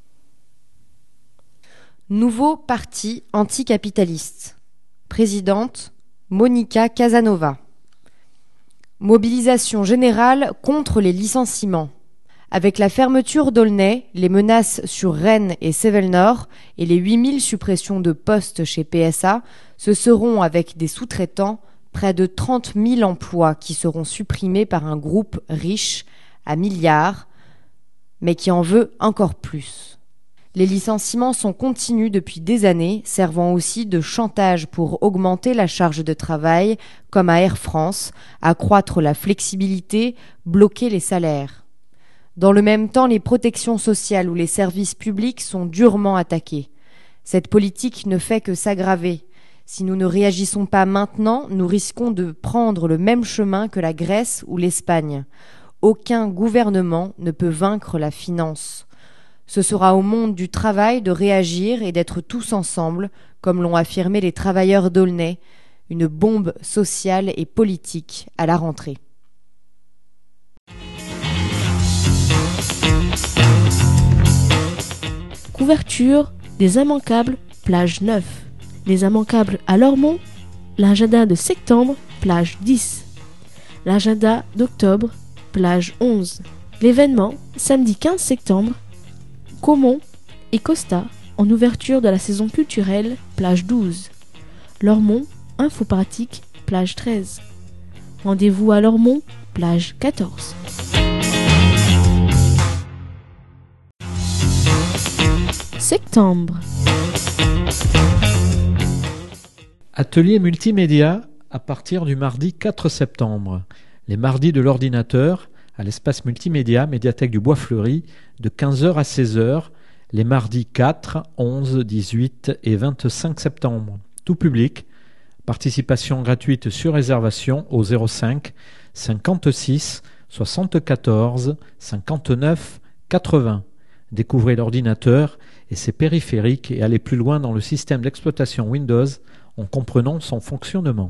Nouveau parti anticapitaliste. Présidente Monica Casanova. Mobilisation générale contre les licenciements. Avec la fermeture d'Aulnay, les menaces sur Rennes et Cévennes-Nord et les huit mille suppressions de postes chez P S A, ce seront, avec des sous-traitants, près de trente mille emplois qui seront supprimés par un groupe riche à milliards, mais qui en veut encore plus. Les licenciements sont continus depuis des années, servant aussi de chantage pour augmenter la charge de travail, comme à Air France, accroître la flexibilité, bloquer les salaires. Dans le même temps, les protections sociales ou les services publics sont durement attaqués. Cette politique ne fait que s'aggraver. Si nous ne réagissons pas maintenant, nous risquons de prendre le même chemin que la Grèce ou l'Espagne. Aucun gouvernement ne peut vaincre la finance. Ce sera au monde du travail de réagir et d'être tous ensemble, comme l'ont affirmé les travailleurs d'Aulnay, une bombe sociale et politique à la rentrée. Couverture des immanquables, plage neuf. Les immanquables à Lormont, l'agenda de septembre, plage dix. L'agenda d'octobre, plage onze. L'événement, samedi quinze septembre, Caumont et Costa, en ouverture de la saison culturelle, plage douze. Lormont, info pratique, plage treize. Rendez-vous à Lormont, plage quatorze. Septembre. Atelier multimédia à partir du mardi quatre septembre. Les mardis de l'ordinateur à l'espace multimédia Médiathèque du Bois-Fleuri de quinze heures à seize heures, les mardis quatre, onze, dix-huit et vingt-cinq septembre. Tout public. Participation gratuite sur réservation au zéro cinq cinquante-six soixante-quatorze cinquante-neuf quatre-vingts. Découvrez l'ordinateur et ses périphériques et allez plus loin dans le système d'exploitation Windows en comprenant son fonctionnement.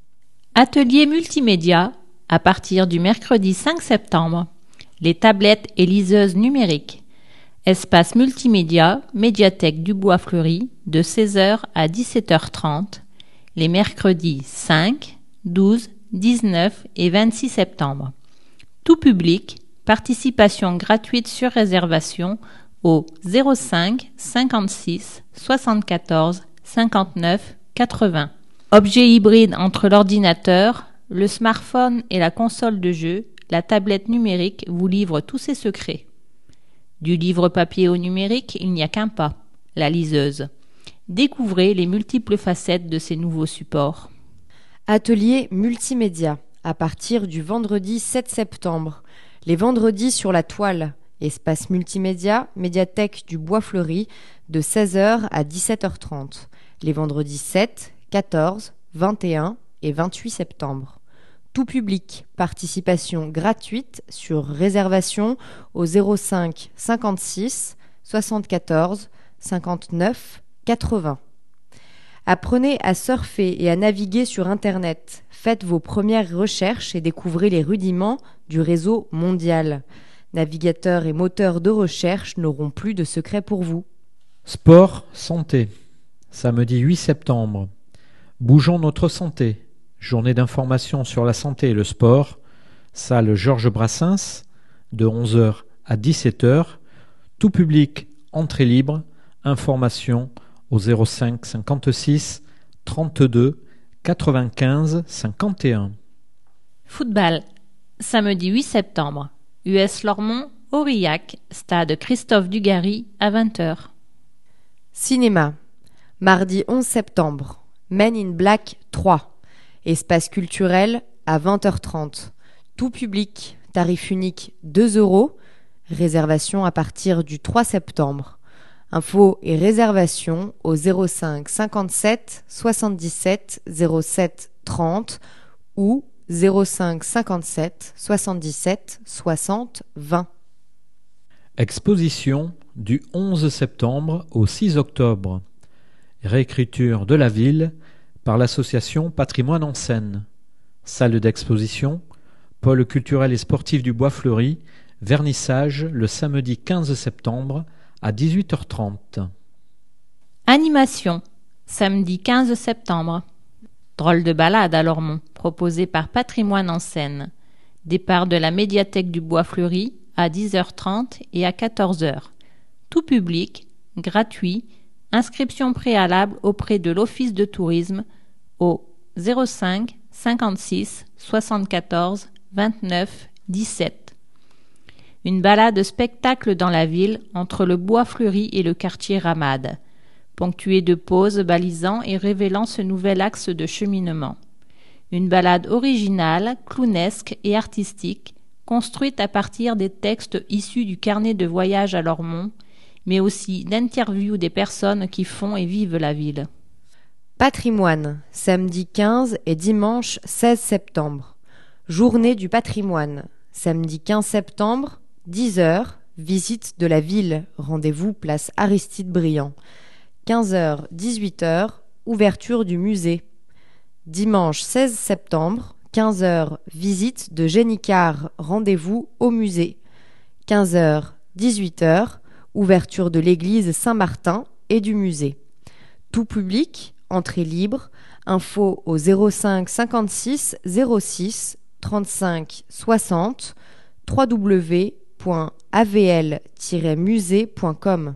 Atelier multimédia à partir du mercredi cinq septembre. Les tablettes et liseuses numériques. Espace multimédia, médiathèque du Bois-Fleuri, de seize heures à dix-sept heures trente, les mercredis cinq, douze, dix-neuf et vingt-six septembre. Tout public, participation gratuite sur réservation au zéro cinq cinquante-six soixante-quatorze cinquante-neuf quatre-vingts. Objet hybride entre l'ordinateur, le smartphone et la console de jeu, la tablette numérique vous livre tous ses secrets. Du livre papier au numérique, il n'y a qu'un pas, la liseuse. Découvrez les multiples facettes de ces nouveaux supports. Atelier multimédia à partir du vendredi sept septembre. Les vendredis sur la toile. Espace multimédia, médiathèque du Bois-Fleuri, de seize heures à dix-sept heures trente. Les vendredis sept, quatorze, vingt et un et vingt-huit septembre. Tout public, participation gratuite sur réservation au zéro cinq cinquante-six soixante-quatorze cinquante-neuf quatre-vingts. Apprenez à surfer et à naviguer sur Internet. Faites vos premières recherches et découvrez les rudiments du réseau mondial. Navigateurs et moteurs de recherche n'auront plus de secrets pour vous. Sport, santé. Samedi huit septembre. Bougeons notre santé. Journée d'information sur la santé et le sport. Salle Georges Brassens, de onze heures à dix-sept heures. Tout public, entrée libre. Information au zéro cinq cinquante-six trente-deux quatre-vingt-quinze cinquante et un. Football. Samedi huit septembre. U S Lormont, Aurillac, stade Christophe Dugarry à vingt heures. Cinéma. Mardi onze septembre. Men in Black trois. Espace culturel à vingt heures trente. Tout public, tarif unique deux euros. Réservation à partir du trois septembre. Infos et réservations au zéro cinq cinquante-sept soixante-dix-sept zéro sept trente ou zéro cinq cinquante-sept soixante-dix-sept soixante vingt. Exposition du onze septembre au six octobre. Réécriture de la ville par l'association Patrimoine en Scène. Salle d'exposition, pôle culturel et sportif du Bois-Fleuri, vernissage le samedi quinze septembre à dix-huit heures trente. Animation. Samedi quinze septembre. Drôle de balade à Lormont, proposé par Patrimoine en Scène. Départ de la médiathèque du Bois-Fleuri à dix heures trente et à quatorze heures. Tout public, gratuit, inscription préalable auprès de l'Office de tourisme au zéro cinq cinquante-six soixante-quatorze vingt-neuf dix-sept. Une balade spectacle dans la ville entre le Bois-Fleuri et le quartier Ramade, ponctuée de pauses balisant et révélant ce nouvel axe de cheminement. Une balade originale, clownesque et artistique, construite à partir des textes issus du carnet de voyage à Lormont, mais aussi d'interviews des personnes qui font et vivent la ville. Patrimoine, samedi quinze et dimanche seize septembre. Journée du patrimoine, samedi quinze septembre, dix heures, visite de la ville, rendez-vous place Aristide Briand. quinze heures, dix-huit heures, ouverture du musée. Dimanche seize septembre, quinze heures, visite de Génicard, rendez-vous au musée. quinze heures, dix-huit heures, ouverture de l'église Saint-Martin et du musée. Tout public, entrée libre, info au zéro cinq cinquante-six zéro six trente-cinq soixante, w w w point a v l tiret musée point com.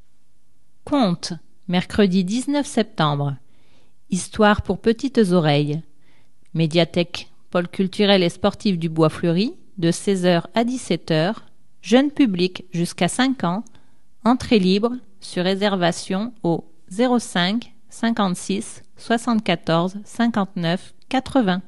Conte, mercredi dix-neuf septembre. Histoire pour petites oreilles. Médiathèque, pôle culturel et sportif du Bois-Fleuri, de seize heures à dix-sept heures. Jeune public jusqu'à cinq ans. Entrée libre, sur réservation au zéro cinq cinquante-six soixante-quatorze cinquante-neuf quatre-vingts.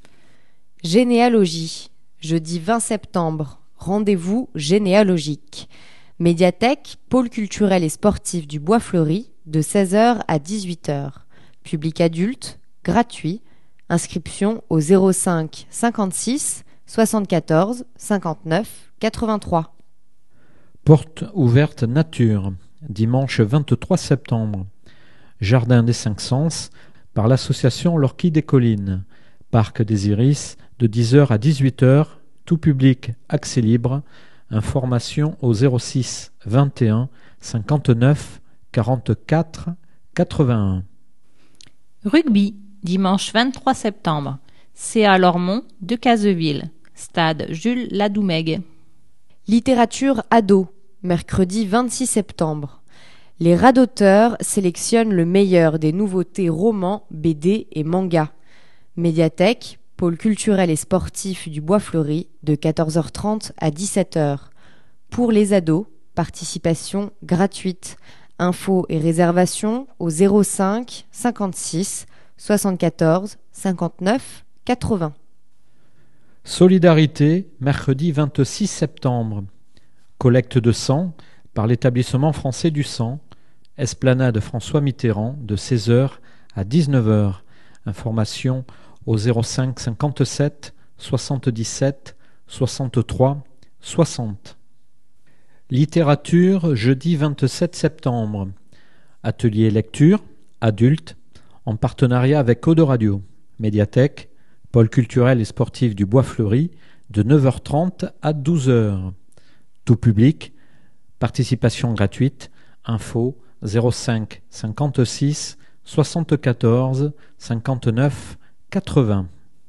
Généalogie, jeudi vingt septembre. Rendez-vous généalogique. Médiathèque, pôle culturel et sportif du Bois-Fleuri, de seize heures à dix-huit heures. Public adulte, gratuit. Inscription au zéro cinq cinquante-six soixante-quatorze cinquante-neuf quatre-vingt-trois. Porte ouverte nature, dimanche vingt-trois septembre. Jardin des Cinq Sens, par l'association L'Orchid des Collines. Parc des Iris, de dix heures à dix-huit heures, tout public, accès libre. Information au zéro six vingt et un cinquante-neuf quarante-quatre quatre-vingt-un. Rugby, dimanche vingt-trois septembre. C A Lormont de Caseville. Stade Jules Ladoumègue. Littérature ado, mercredi vingt-six septembre. Les radoteurs sélectionnent le meilleur des nouveautés romans, B D et mangas. Médiathèque, pôle culturel et sportif du Bois Fleuri, de quatorze heures trente à dix-sept heures. Pour les ados, participation gratuite. Infos et réservations au zéro cinq cinquante-six soixante-quatorze cinquante-neuf quatre-vingts. Solidarité, mercredi vingt-six septembre. Collecte de sang par l'établissement français du sang. Esplanade François Mitterrand de seize heures à dix-neuf heures. Information au zéro cinq cinquante-sept soixante-dix-sept soixante-trois soixante. Littérature, jeudi vingt-sept septembre. Atelier lecture, adulte, en partenariat avec Code Radio. Médiathèque, pôle culturel et sportif du Bois Fleuri, de neuf heures trente à douze heures. Tout public, participation gratuite, info zéro cinq cinquante-six soixante-quatorze cinquante-neuf quatre-vingts.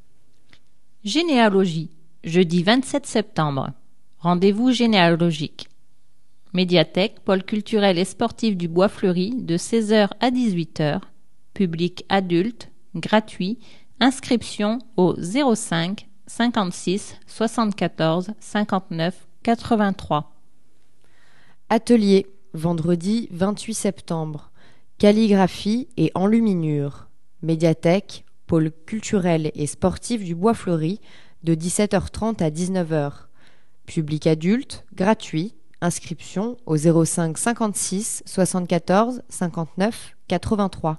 Généalogie, jeudi vingt-sept septembre. Rendez-vous généalogique. Médiathèque, pôle culturel et sportif du Bois Fleuri, de seize heures à dix-huit heures. Public adulte, gratuit. Inscription au zéro cinq cinquante-six soixante-quatorze cinquante-neuf quatre-vingt-trois. Atelier, vendredi vingt-huit septembre. Calligraphie et enluminure. Médiathèque, pôle culturel et sportif du Bois Fleuri, de dix-sept heures trente à dix-neuf heures. Public adulte, gratuit. Inscription au zéro cinq cinquante-six soixante-quatorze cinquante-neuf quatre-vingt-trois.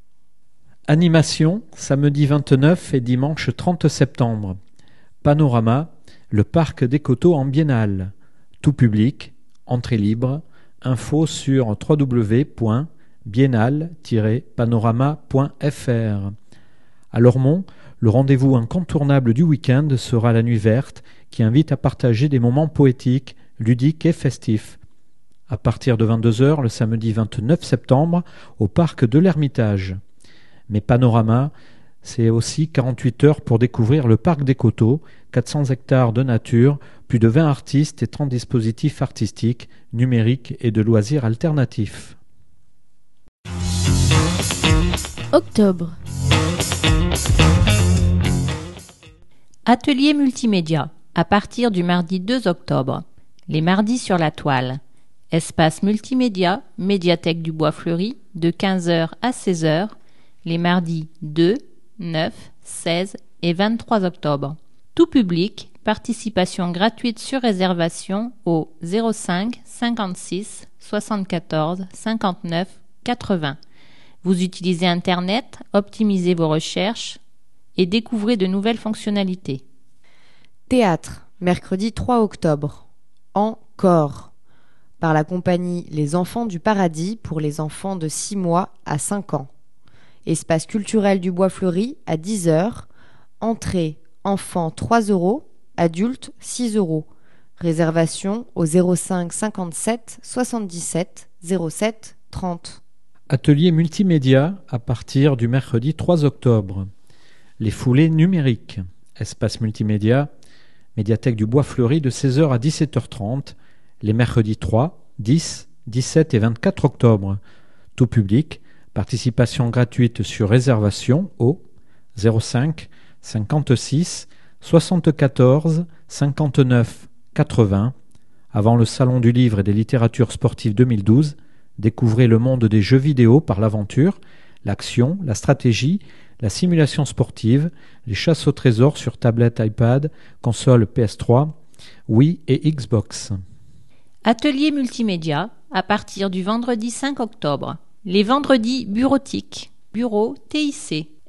Animation, samedi vingt-neuf et dimanche trente septembre. Panorama, le parc des Coteaux en biennale. Tout public, entrée libre. Info sur w w w point biennale tiret panorama point f r. À Lormont, le rendez-vous incontournable du week-end sera la Nuit Verte, qui invite à partager des moments poétiques, ludiques et festifs. À partir de vingt-deux heures le samedi vingt-neuf septembre, au parc de l'Ermitage. Mais Panorama, c'est aussi quarante-huit heures pour découvrir le parc des Coteaux, quatre cents hectares de nature, plus de vingt artistes et trente dispositifs artistiques, numériques et de loisirs alternatifs. Octobre. Atelier multimédia, à partir du mardi deux octobre. Les mardis sur la toile. Espace multimédia, médiathèque du Bois Fleuri, de quinze heures à seize heures. Les mardis deux, neuf, seize et vingt-trois octobre. Tout public, participation gratuite sur réservation au zéro cinq cinquante-six soixante-quatorze cinquante-neuf quatre-vingts. Vous utilisez Internet, optimisez vos recherches et découvrez de nouvelles fonctionnalités. Théâtre, mercredi trois octobre. Encore. Par la compagnie Les Enfants du Paradis pour les enfants de six mois à cinq ans. Espace culturel du Bois Fleuri à dix heures. Entrée enfant trois euros, adulte six euros. Réservation au zéro cinq cinquante-sept soixante-dix-sept zéro sept trente. Atelier multimédia à partir du mercredi trois octobre. Les foulées numériques. Espace multimédia, médiathèque du Bois Fleuri de seize heures à dix-sept heures trente. Les mercredis trois, dix, dix-sept et vingt-quatre octobre. Tout public. Participation gratuite sur réservation au zéro cinq cinquante-six soixante-quatorze cinquante-neuf quatre-vingts. Avant le Salon du Livre et des Littératures Sportives deux mille douze, découvrez le monde des jeux vidéo par l'aventure, l'action, la stratégie, la simulation sportive, les chasses au trésor sur tablette iPad, console P S trois, Wii et Xbox. Atelier multimédia, à partir du vendredi cinq octobre. Les vendredis bureautiques, bureau T I C.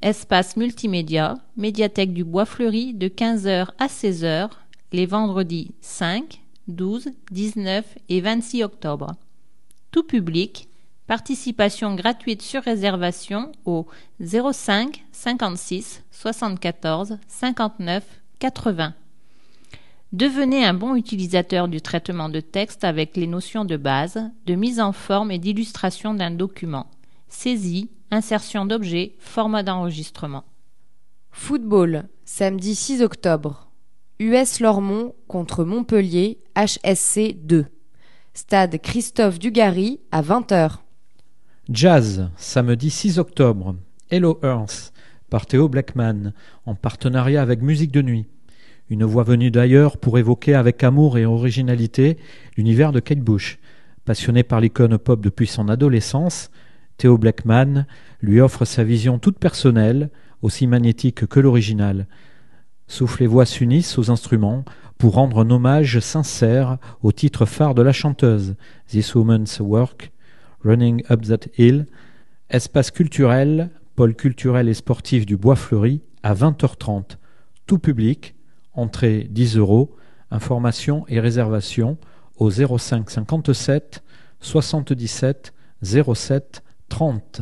espace multimédia, médiathèque du Bois Fleuri de quinze heures à seize heures, les vendredis cinq, douze, dix-neuf et vingt-six octobre. Tout public, participation gratuite sur réservation au zéro cinq cinquante-six soixante-quatorze cinquante-neuf quatre-vingts. Devenez un bon utilisateur du traitement de texte avec les notions de base, de mise en forme et d'illustration d'un document. Saisie, insertion d'objets, format d'enregistrement. Football, samedi six octobre. U S Lormont contre Montpellier, H S C deux. Stade Christophe Dugarry à vingt heures. Jazz, samedi six octobre. Hello Earth, par Théo Blackman, en partenariat avec Musique de Nuit. Une voix venue d'ailleurs pour évoquer avec amour et originalité l'univers de Kate Bush. Passionné par l'icône pop depuis son adolescence, Théo Blackman lui offre sa vision toute personnelle, aussi magnétique que l'original. Souffle et voix s'unissent aux instruments pour rendre un hommage sincère au titre phare de la chanteuse, This Woman's Work, Running Up That Hill, espace culturel, pôle culturel et sportif du Bois Fleuri à vingt heures trente, tout public, entrée dix euros, informations et réservations au zéro cinq cinquante-sept soixante-dix-sept zéro sept trente.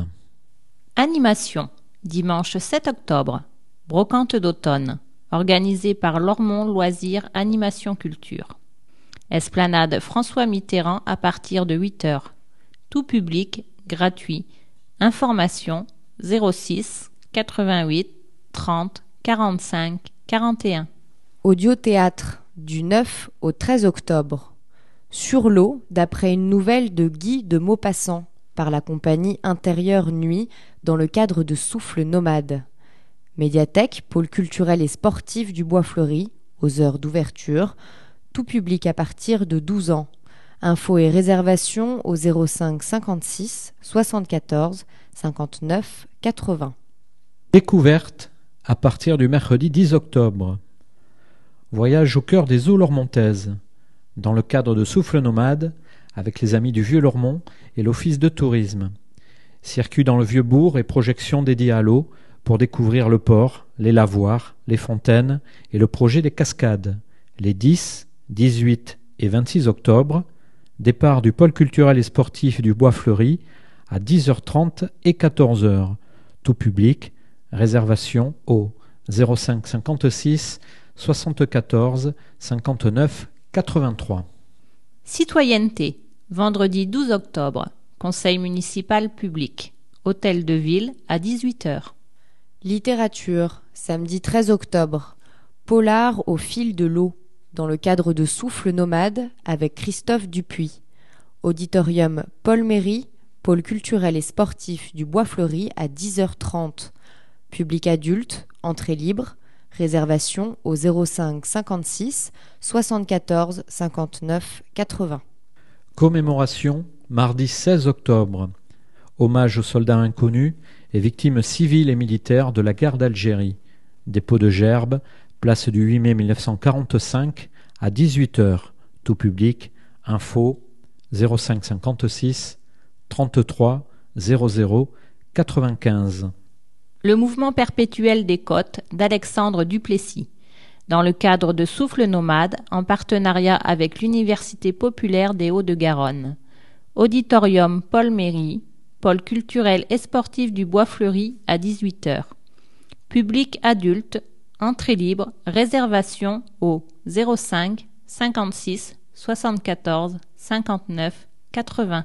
Animation, dimanche sept octobre, brocante d'automne, organisée par Lormont Loisirs Animation Culture. Esplanade François Mitterrand à partir de huit heures. Tout public, gratuit. Information zéro six quatre-vingt-huit trente quarante-cinq quarante et un. Audiothéâtre du neuf au treize octobre. Sur l'eau, d'après une nouvelle de Guy de Maupassant, par la compagnie Intérieure Nuit, dans le cadre de Souffle Nomade. Médiathèque, pôle culturel et sportif du Bois Fleuri, aux heures d'ouverture, tout public à partir de douze ans. Infos et réservations au zéro cinq cinquante-six soixante-quatorze cinquante-neuf quatre-vingts. Découverte à partir du mercredi dix octobre. Voyage au cœur des eaux lormontaises, dans le cadre de Souffle Nomade, avec les amis du Vieux-Lormont et l'Office de tourisme. Circuit dans le Vieux-Bourg et projection dédiée à l'eau pour découvrir le port, les lavoirs, les fontaines et le projet des cascades. Les dix, dix-huit et vingt-six octobre, départ du pôle culturel et sportif du Bois Fleuri à dix heures trente et quatorze heures. Tout public, réservation au zéro cinq cinquante-six soixante-quatorze cinquante-neuf quatre-vingt-trois. Citoyenneté, vendredi douze octobre, conseil municipal public, hôtel de ville à dix-huit heures. Littérature, samedi treize octobre, polar au fil de l'eau, dans le cadre de Souffle Nomade avec Christophe Dupuis. Auditorium Paul Méry, pôle culturel et sportif du Bois Fleuri à dix heures trente. Public adulte, entrée libre, réservation au zéro cinq cinquante-six soixante-quatorze cinquante-neuf quatre-vingts. Commémoration, mardi seize octobre. Hommage aux soldats inconnus et victimes civiles et militaires de la guerre d'Algérie. Dépôt de Gerbes, place du huit mai mille neuf cent quarante-cinq à dix-huit heures. Tout public, info zéro cinq cinquante-six trente-trois zéro zéro quatre-vingt-quinze. Le mouvement perpétuel des côtes d'Alexandre Duplessis, dans le cadre de Souffle Nomade, en partenariat avec l'Université populaire des Hauts-de-Garonne. Auditorium Paul Méry, pôle culturel et sportif du Bois Fleuri à dix-huit heures. Public adulte, entrée libre, réservation au zéro cinq cinquante-six soixante-quatorze cinquante-neuf quatre-vingts.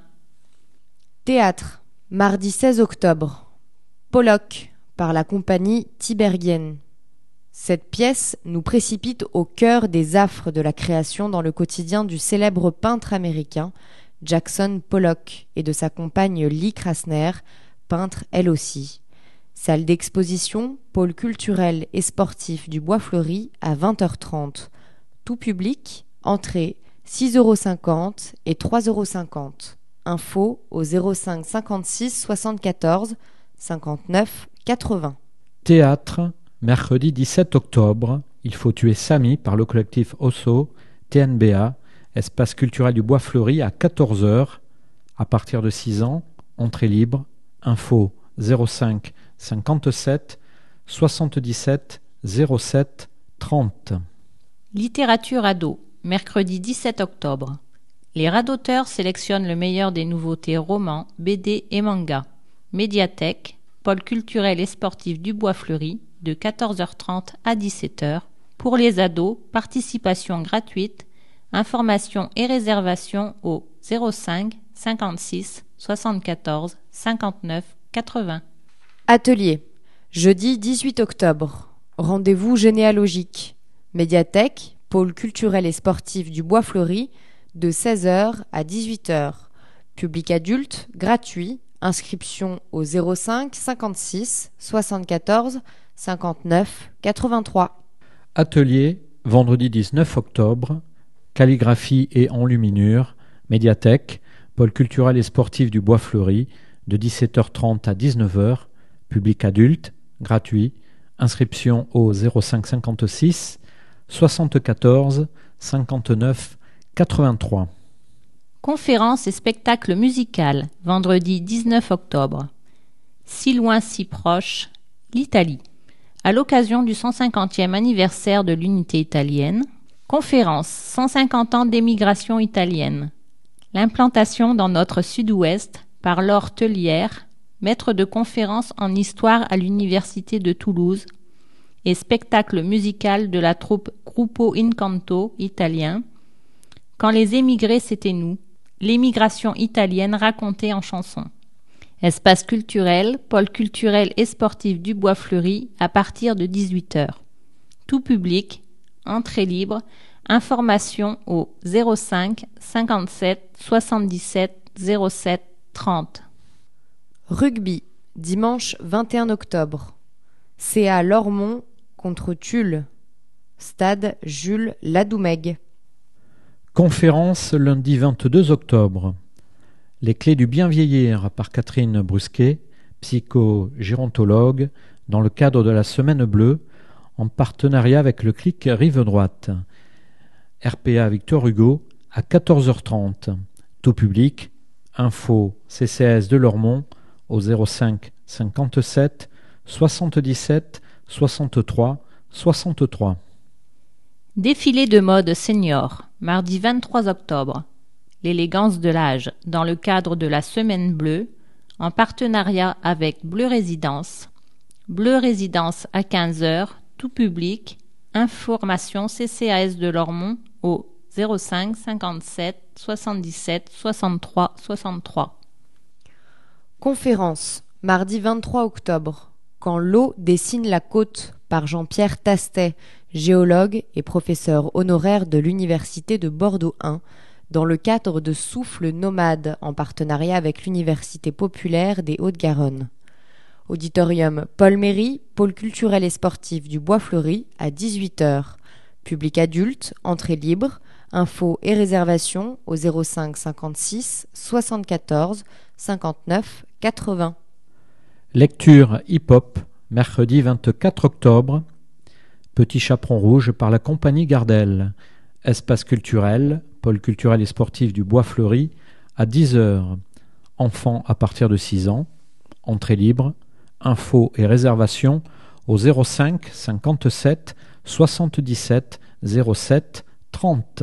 Théâtre, mardi seize octobre. Pollock, par la compagnie Tiberghien. Cette pièce nous précipite au cœur des affres de la création dans le quotidien du célèbre peintre américain Jackson Pollock et de sa compagne Lee Krasner, peintre elle aussi. Salle d'exposition, pôle culturel et sportif du Bois Fleuri à vingt heures trente. Tout public, entrée six euros cinquante et trois euros cinquante. Info au zéro cinq cinquante-six soixante-quatorze cinquante-neuf quatre-vingts. Théâtre, mercredi dix-sept octobre, Il faut tuer Samy par le collectif Osso, T N B A, espace culturel du Bois Fleuri à quatorze heures. À partir de six ans, entrée libre, info zéro cinq cinquante-sept soixante-dix-sept zéro sept trente. Littérature ado, mercredi dix-sept octobre. Les radoteurs sélectionnent le meilleur des nouveautés romans, B D et mangas. Médiathèque, pôle culturel et sportif du Bois-Fleuri, de quatorze heures trente à dix-sept heures. Pour les ados, participation gratuite. Informations et réservations au zéro cinq cinquante-six soixante-quatorze cinquante-neuf quatre-vingts. Atelier. Jeudi dix-huit octobre. Rendez-vous généalogique. Médiathèque, pôle culturel et sportif du Bois-Fleuri, de seize heures à dix-huit heures. Public adulte, gratuit. Inscription au zéro cinq cinquante-six soixante-quatorze cinquante-neuf quatre-vingt-trois. Atelier, vendredi dix-neuf octobre. Calligraphie et enluminure. Médiathèque, pôle culturel et sportif du Bois-Fleuri, de dix-sept heures trente à dix-neuf heures. Public adulte, gratuit. Inscription au zéro cinq cinquante-six soixante-quatorze cinquante-neuf quatre-vingt-trois. Conférence et spectacle musical, vendredi dix-neuf octobre. Si loin, si proche, l'Italie. À l'occasion du cent cinquantième anniversaire de l'unité italienne, conférence cent cinquante ans d'émigration italienne. L'implantation dans notre sud-ouest par Laure Tellière, maître de conférence en histoire à l'université de Toulouse, et spectacle musical de la troupe Gruppo Incanto italien. Quand les émigrés c'était nous, l'émigration italienne racontée en chansons. Espace culturel, pôle culturel et sportif du Bois-Fleuri à partir de dix-huit heures. Tout public, entrée libre, information au zéro cinq cinquante-sept soixante-dix-sept zéro sept trente. Rugby, dimanche vingt et un octobre. C A Lormont contre Tulle. Stade Jules Ladoumègue. Conférence lundi vingt-deux octobre. Les clés du bien vieillir par Catherine Brusquet, psycho-gérontologue, dans le cadre de la Semaine Bleue, en partenariat avec le Clic Rive Droite. R P A Victor Hugo à quatorze heures trente. Tout public, info C C A S de Lormont au zéro cinq cinquante-sept soixante-dix-sept soixante-trois soixante-trois. Défilé de mode senior, mardi vingt-trois octobre. L'élégance de l'âge, dans le cadre de la Semaine Bleue, en partenariat avec Bleu Résidence. Bleu Résidence à quinze heures, tout public. Information C C A S de Lormont au zéro cinq cinquante-sept soixante-dix-sept soixante-trois soixante-trois. Conférence, mardi vingt-trois octobre. Quand l'eau dessine la côte, par Jean-Pierre Tastet, géologue et professeur honoraire de l'Université de Bordeaux un, dans le cadre de Souffle Nomade, en partenariat avec l'Université populaire des Hauts-de-Garonne. Auditorium Paul Méry, pôle culturel et sportif du Bois-Fleuri, à dix-huit heures. Public adulte, entrée libre, infos et réservations au zéro cinq cinquante-six soixante-quatorze cinquante-neuf quatre-vingts. Lecture hip-hop, mercredi vingt-quatre octobre. Petit chaperon rouge par la compagnie Gardel. Espace culturel, pôle culturel et sportif du Bois-Fleuri, à dix heures. Enfants à partir de six ans. Entrée libre. Infos et réservations au zéro cinq cinquante-sept soixante-dix-sept zéro sept trente.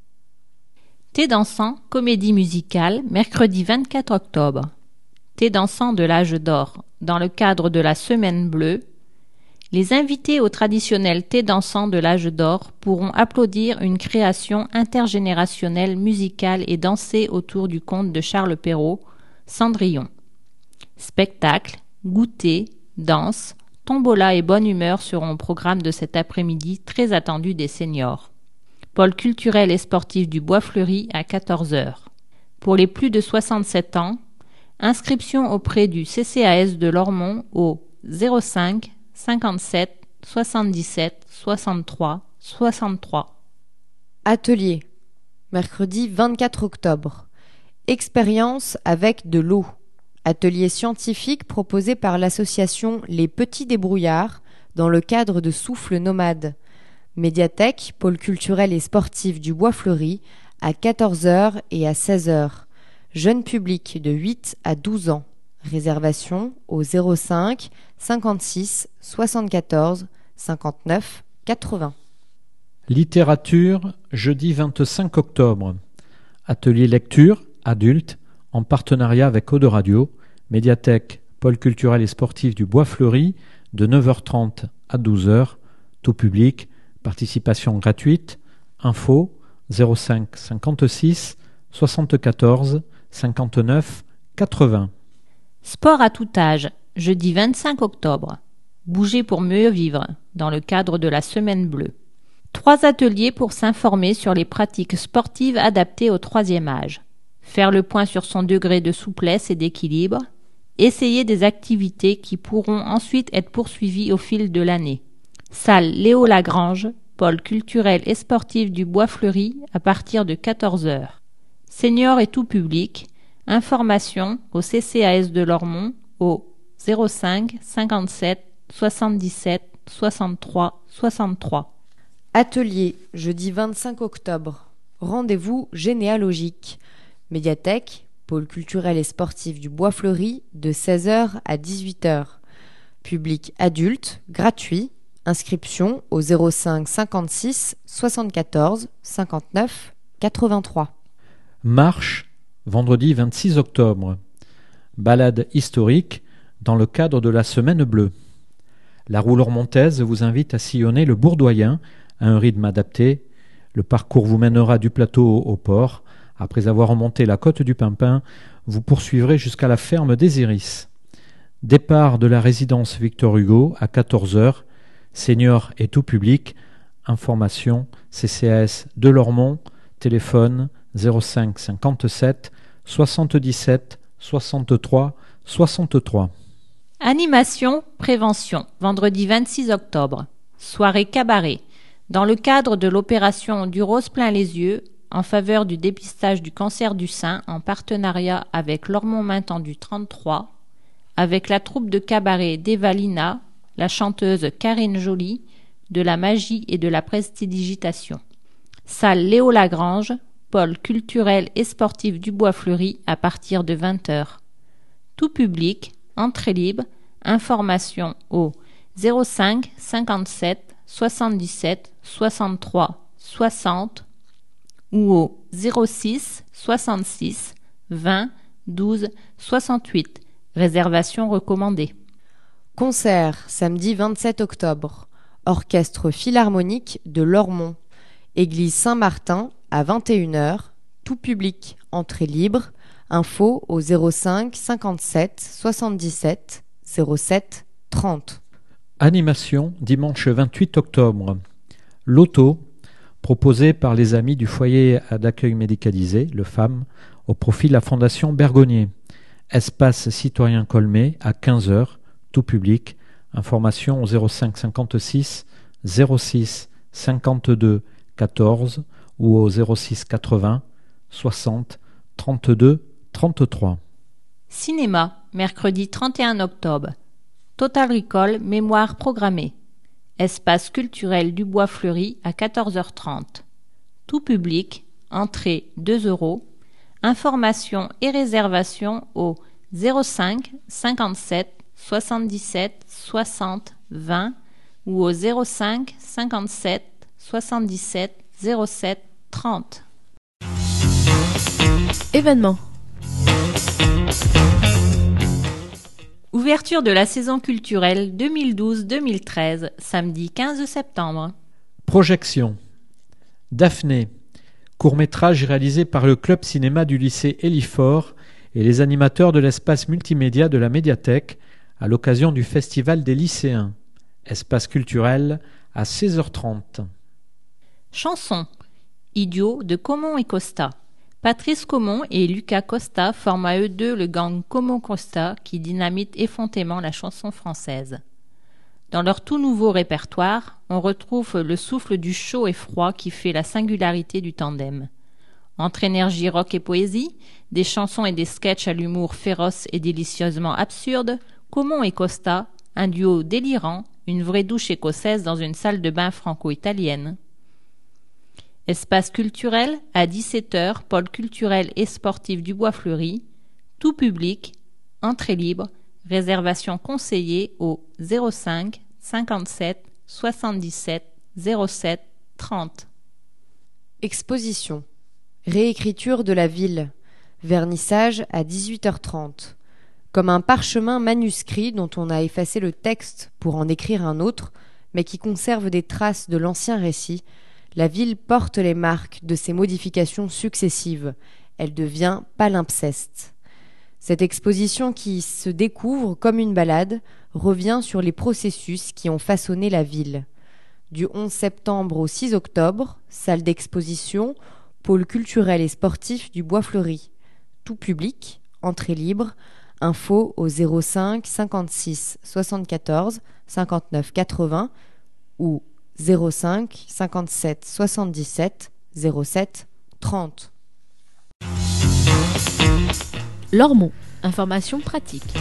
Thé dansant, comédie musicale, mercredi vingt-quatre octobre. Thé dansant de l'âge d'or, dans le cadre de la Semaine Bleue. Les invités au traditionnel thé dansant de l'âge d'or pourront applaudir une création intergénérationnelle musicale et danser autour du conte de Charles Perrault, Cendrillon. Spectacle, goûter, danse, tombola et bonne humeur seront au programme de cet après-midi très attendu des seniors. Pôle culturel et sportif du Bois-Fleuri à quatorze heures. Pour les plus de soixante-sept ans, inscription auprès du C C A S de Lormont au zéro cinq cinquante-sept soixante-dix-sept soixante-trois soixante-trois. Atelier, mercredi vingt-quatre octobre. Expérience avec de l'eau. Atelier scientifique proposé par l'association Les Petits Débrouillards dans le cadre de Souffle Nomade. Médiathèque, pôle culturel et sportif du Bois-Fleuri à quatorze heures et à seize heures. Jeune public de huit à douze ans. Réservation au zéro cinq cinquante-six soixante-quatorze cinquante-neuf quatre-vingts. Littérature, jeudi vingt-cinq octobre. Atelier lecture, adulte, en partenariat avec Eau de Radio, médiathèque, pôle culturel et sportif du Bois Fleuri, de neuf heures trente à douze heures, tout public, participation gratuite, info zéro cinq cinquante-six soixante-quatorze cinquante-neuf quatre-vingts. Sport à tout âge, jeudi vingt-cinq octobre. Bouger pour mieux vivre, dans le cadre de la Semaine bleue. Trois ateliers pour s'informer sur les pratiques sportives adaptées au troisième âge. Faire le point sur son degré de souplesse et d'équilibre. Essayer des activités qui pourront ensuite être poursuivies au fil de l'année. Salle Léo Lagrange, pôle culturel et sportif du Bois Fleuri, à partir de quatorze heures. Seniors et tout public. Information au C C A S de Lormont au zéro cinq cinquante-sept soixante-dix-sept soixante-trois soixante-trois. Atelier, jeudi vingt-cinq octobre. Rendez-vous généalogique. Médiathèque, pôle culturel et sportif du Bois Fleuri, de seize heures à dix-huit heures. Public adulte, gratuit. Inscription au zéro cinq cinquante-six soixante-quatorze cinquante-neuf quatre-vingt-trois. Marche, vendredi vingt-six octobre. Balade historique dans le cadre de la Semaine bleue. La roue lormontaise vous invite à sillonner le Bourdoyen à un rythme adapté. Le parcours vous mènera du plateau au port. Après avoir remonté la côte du Pimpin, vous poursuivrez jusqu'à la ferme des Iris. Départ de la résidence Victor Hugo à quatorze heures. Seniors et tout public. Information C C A S de Lormont. Téléphone zéro cinq cinquante-sept soixante-dix-sept soixante-trois soixante-trois. Animation, prévention, vendredi vingt-six octobre. Soirée cabaret. Dans le cadre de l'opération du rose plein les yeux, en faveur du dépistage du cancer du sein, en partenariat avec Lormont Main-Tendue trente-trois, avec la troupe de cabaret d'Evalina, la chanteuse Karine Joly, de la magie et de la prestidigitation. Salle Léo Lagrange, pôle culturel et sportif du Bois Fleuri, à partir de vingt heures. Tout public, entrée libre, information au zéro cinq cinquante-sept soixante-dix-sept soixante-trois soixante ou au zéro six soixante-six vingt douze soixante-huit. Réservation recommandée. Concert, samedi vingt-sept octobre. Orchestre philharmonique de Lormont. Église Saint-Martin à vingt et une heures. Tout public, entrée libre. Info au zéro cinq cinquante-sept soixante-dix-sept zéro sept trente. Animation, dimanche vingt-huit octobre. Loto, proposé par les amis du foyer d'accueil médicalisé, le F A M, au profit de la Fondation Bergonier. Espace citoyen Colmé à quinze heures, tout public. Information au zéro cinq cinquante-six zéro six cinquante-deux quatorze ou au zéro six quatre-vingts soixante trente-deux trente-trois. Cinéma, mercredi trente et un octobre. Total Recall, mémoire programmée. Espace culturel du Bois Fleuri à quatorze heures trente. Tout public, entrée deux euros. Informations et réservations au zéro cinq cinquante-sept soixante-dix-sept soixante vingt ou au zéro cinq cinquante-sept soixante-dix-sept zéro sept trente. Événements. Ouverture de la saison culturelle deux mille douze deux mille treize, samedi quinze septembre. Projection. Daphné, court-métrage réalisé par le club cinéma du lycée Élifort et les animateurs de l'espace multimédia de la médiathèque à l'occasion du Festival des lycéens. Espace culturel à seize heures trente. Chanson. Idiot de Comon et Costa. Patrice Comon et Lucas Costa forment à eux deux le gang Comon-Costa qui dynamite effrontément la chanson française. Dans leur tout nouveau répertoire, on retrouve le souffle du chaud et froid qui fait la singularité du tandem. Entre énergie rock et poésie, des chansons et des sketchs à l'humour féroce et délicieusement absurde, Comon et Costa, un duo délirant, une vraie douche écossaise dans une salle de bain franco-italienne. Espace culturel, à dix-sept heures, pôle culturel et sportif du Bois Fleuri, tout public, entrée libre, réservation conseillée au zéro cinq cinquante-sept soixante-dix-sept zéro sept trente. Exposition. Réécriture de la ville. Vernissage à dix-huit heures trente. Comme un parchemin manuscrit dont on a effacé le texte pour en écrire un autre, mais qui conserve des traces de l'ancien récit, la ville porte les marques de ces modifications successives. Elle devient palimpseste. Cette exposition qui se découvre comme une balade revient sur les processus qui ont façonné la ville. Du onze septembre au six octobre, salle d'exposition, pôle culturel et sportif du Bois-Fleuri. Tout public, entrée libre, info au zéro cinq cinquante-six soixante-quatorze cinquante-neuf quatre-vingts ou zéro cinq cinquante-sept soixante-dix-sept zéro sept trente. Lormont, information pratique.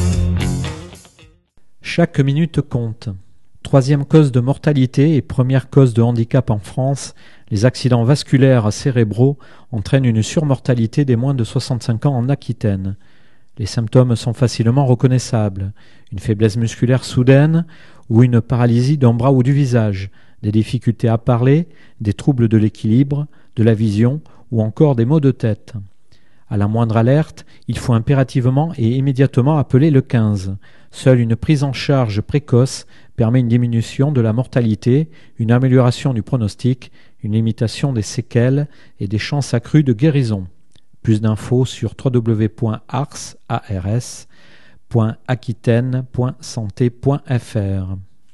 Chaque minute compte. Troisième cause de mortalité et première cause de handicap en France, les accidents vasculaires cérébraux entraînent une surmortalité des moins de soixante-cinq ans en Aquitaine. Les symptômes sont facilement reconnaissables. Une faiblesse musculaire soudaine ou une paralysie d'un bras ou du visage, des difficultés à parler, des troubles de l'équilibre, de la vision ou encore des maux de tête. À la moindre alerte, il faut impérativement et immédiatement appeler le quinze. Seule une prise en charge précoce permet une diminution de la mortalité, une amélioration du pronostic, une limitation des séquelles et des chances accrues de guérison. Plus d'infos sur w w w point ars point aquitaine point santé point f r.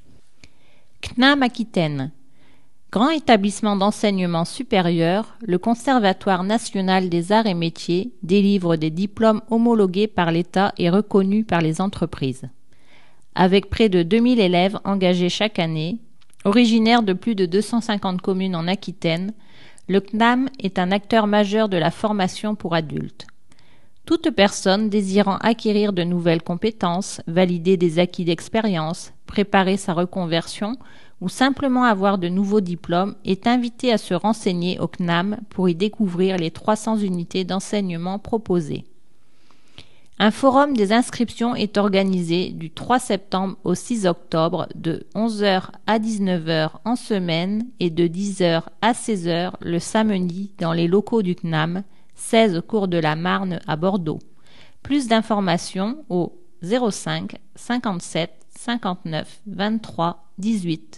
C N A M Aquitaine. Grand établissement d'enseignement supérieur, le Conservatoire national des arts et métiers délivre des diplômes homologués par l'État et reconnus par les entreprises. Avec près de deux mille élèves engagés chaque année, originaire de plus de deux cent cinquante communes en Aquitaine, le C N A M est un acteur majeur de la formation pour adultes. Toute personne désirant acquérir de nouvelles compétences, valider des acquis d'expérience, préparer sa reconversion ou simplement avoir de nouveaux diplômes est invitée à se renseigner au C N A M pour y découvrir les trois cents unités d'enseignement proposées. Un forum des inscriptions est organisé du trois septembre au six octobre de onze heures à dix-neuf heures en semaine et de dix heures à seize heures le samedi dans les locaux du C N A M, seize cours de la Marne à Bordeaux. Plus d'informations au zéro cinq cinquante-sept cinquante-neuf vingt-trois dix-huit.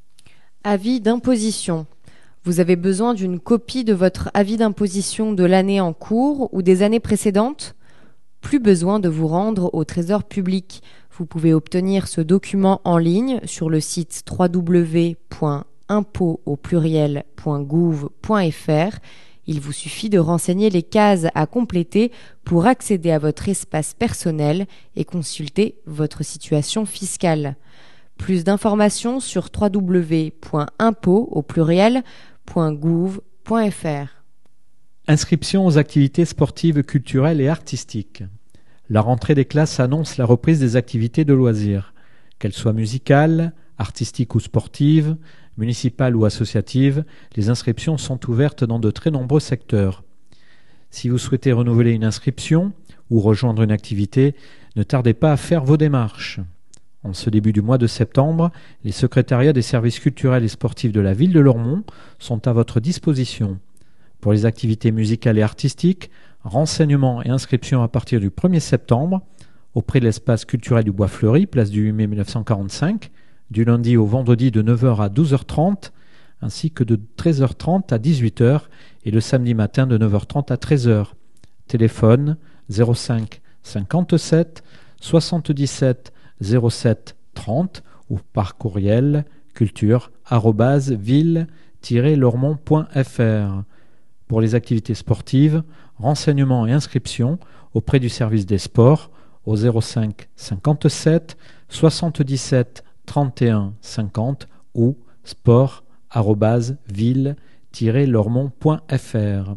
Avis d'imposition. Vous avez besoin d'une copie de votre avis d'imposition de l'année en cours ou des années précédentes ? Plus besoin de vous rendre au Trésor public. Vous pouvez obtenir ce document en ligne sur le site w w w point impôt au pluriel point gouv point f r. Il vous suffit de renseigner les cases à compléter pour accéder à votre espace personnel et consulter votre situation fiscale. Plus d'informations sur w w w point impôt au pluriel point gouv point f r. Inscription aux activités sportives, culturelles et artistiques. La rentrée des classes annonce la reprise des activités de loisirs. Qu'elles soient musicales, artistiques ou sportives, municipales ou associatives, les inscriptions sont ouvertes dans de très nombreux secteurs. Si vous souhaitez renouveler une inscription ou rejoindre une activité, ne tardez pas à faire vos démarches. En ce début du mois de septembre, les secrétariats des services culturels et sportifs de la ville de Lormont sont à votre disposition. Pour les activités musicales et artistiques, renseignements et inscriptions à partir du premier septembre auprès de l'espace culturel du Bois-Fleuri, place du huit mai mille neuf cent quarante-cinq, du lundi au vendredi de neuf heures à douze heures trente, ainsi que de treize heures trente à dix-huit heures et le samedi matin de neuf heures trente à treize heures. Téléphone zéro cinq cinquante-sept soixante-dix-sept zéro sept trente ou par courriel culture arobase ville tiret lormont point f r. Pour les activités sportives, renseignements et inscriptions auprès du service des sports au zéro cinq cinquante-sept soixante-dix-sept trente et un cinquante ou sport arobase ville tiret lormont point f r.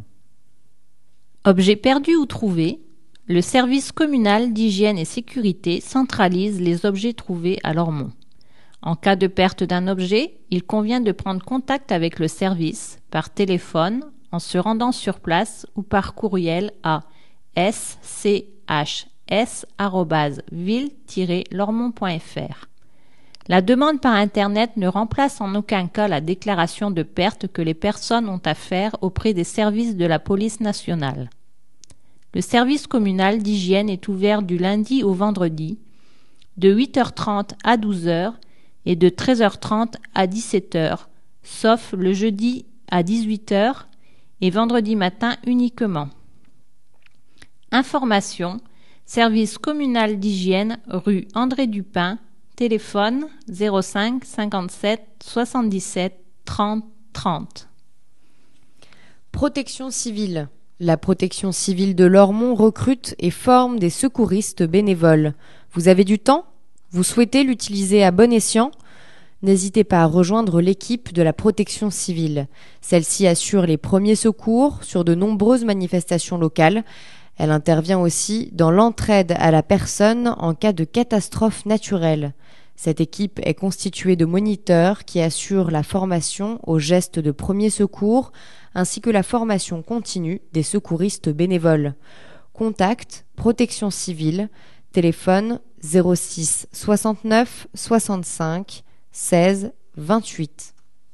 Objet perdu ou trouvé, le service communal d'hygiène et sécurité centralise les objets trouvés à Lormont. En cas de perte d'un objet, il convient de prendre contact avec le service par téléphone, en se rendant sur place ou par courriel à s c h s arobase ville tiret lormont point f r. La demande par Internet ne remplace en aucun cas la déclaration de perte que les personnes ont à faire auprès des services de la police nationale. Le service communal d'hygiène est ouvert du lundi au vendredi, de huit heures trente à douze heures et de treize heures trente à dix-sept heures, sauf le jeudi à dix-huit heures et vendredi matin uniquement. Information, service communal d'hygiène, rue André Dupin, téléphone zéro cinq cinquante-sept soixante-dix-sept trente trente. Protection civile. La protection civile de Lormont recrute et forme des secouristes bénévoles. Vous avez du temps ? Vous souhaitez l'utiliser à bon escient ? N'hésitez pas à rejoindre l'équipe de la protection civile. Celle-ci assure les premiers secours sur de nombreuses manifestations locales. Elle intervient aussi dans l'entraide à la personne en cas de catastrophe naturelle. Cette équipe est constituée de moniteurs qui assurent la formation aux gestes de premier secours ainsi que la formation continue des secouristes bénévoles. Contact Protection civile, téléphone zéro six soixante-neuf soixante-cinq seize vingt-huit.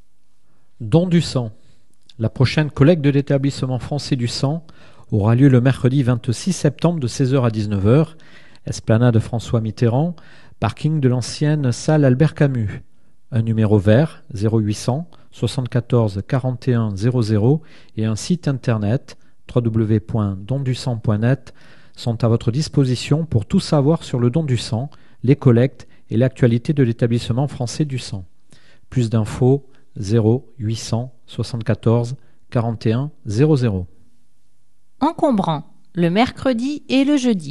Don du sang. La prochaine collecte de l'établissement français du sang aura lieu le mercredi vingt-six septembre de seize heures à dix-neuf heures, esplanade François Mitterrand, parking de l'ancienne salle Albert Camus. Un numéro vert zéro huit cents soixante-quatorze quarante et un zéro zéro et un site internet w w w point don du sang point net sont à votre disposition pour tout savoir sur le don du sang, les collectes et l'actualité de l'établissement français du sang. Plus d'infos zéro huit cents soixante-quatorze quarante et un zéro zéro. Encombrant, le mercredi et le jeudi.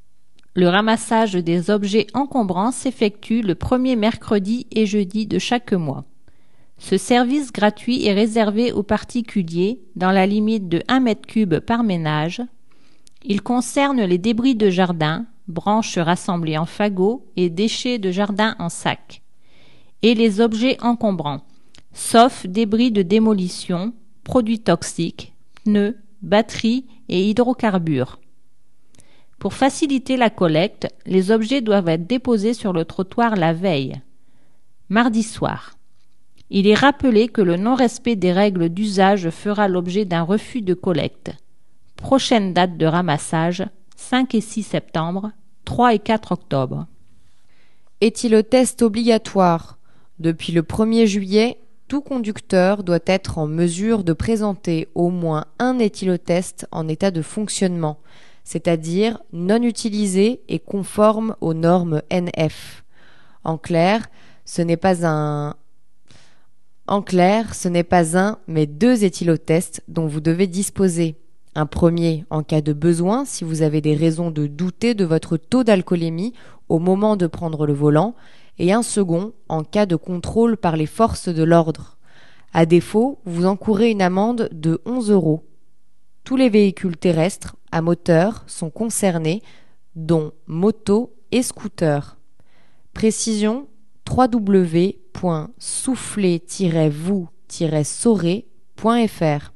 Le ramassage des objets encombrants s'effectue le premier mercredi et jeudi de chaque mois. Ce service gratuit est réservé aux particuliers dans la limite de un mètre cube par ménage. Il concerne les débris de jardin, branches rassemblées en fagots et déchets de jardin en sac, et les objets encombrants, sauf débris de démolition, produits toxiques, pneus, batteries et hydrocarbures. Pour faciliter la collecte, les objets doivent être déposés sur le trottoir la veille, mardi soir. Il est rappelé que le non-respect des règles d'usage fera l'objet d'un refus de collecte. Prochaine date de ramassage, cinq et six septembre, trois et quatre octobre. Éthylotest obligatoire. Depuis le premier juillet, tout conducteur doit être en mesure de présenter au moins un éthylotest en état de fonctionnement, c'est-à-dire non utilisé et conforme aux normes N F. En clair, ce n'est pas un En clair, ce n'est pas un, mais deux éthylotests dont vous devez disposer. Un premier en cas de besoin si vous avez des raisons de douter de votre taux d'alcoolémie au moment de prendre le volant, et un second en cas de contrôle par les forces de l'ordre. À défaut, vous encourez une amende de onze euros. Tous les véhicules terrestres à moteur sont concernés, dont motos et scooters. Précision w w w point souffler tiret vous tiret saurer point f r.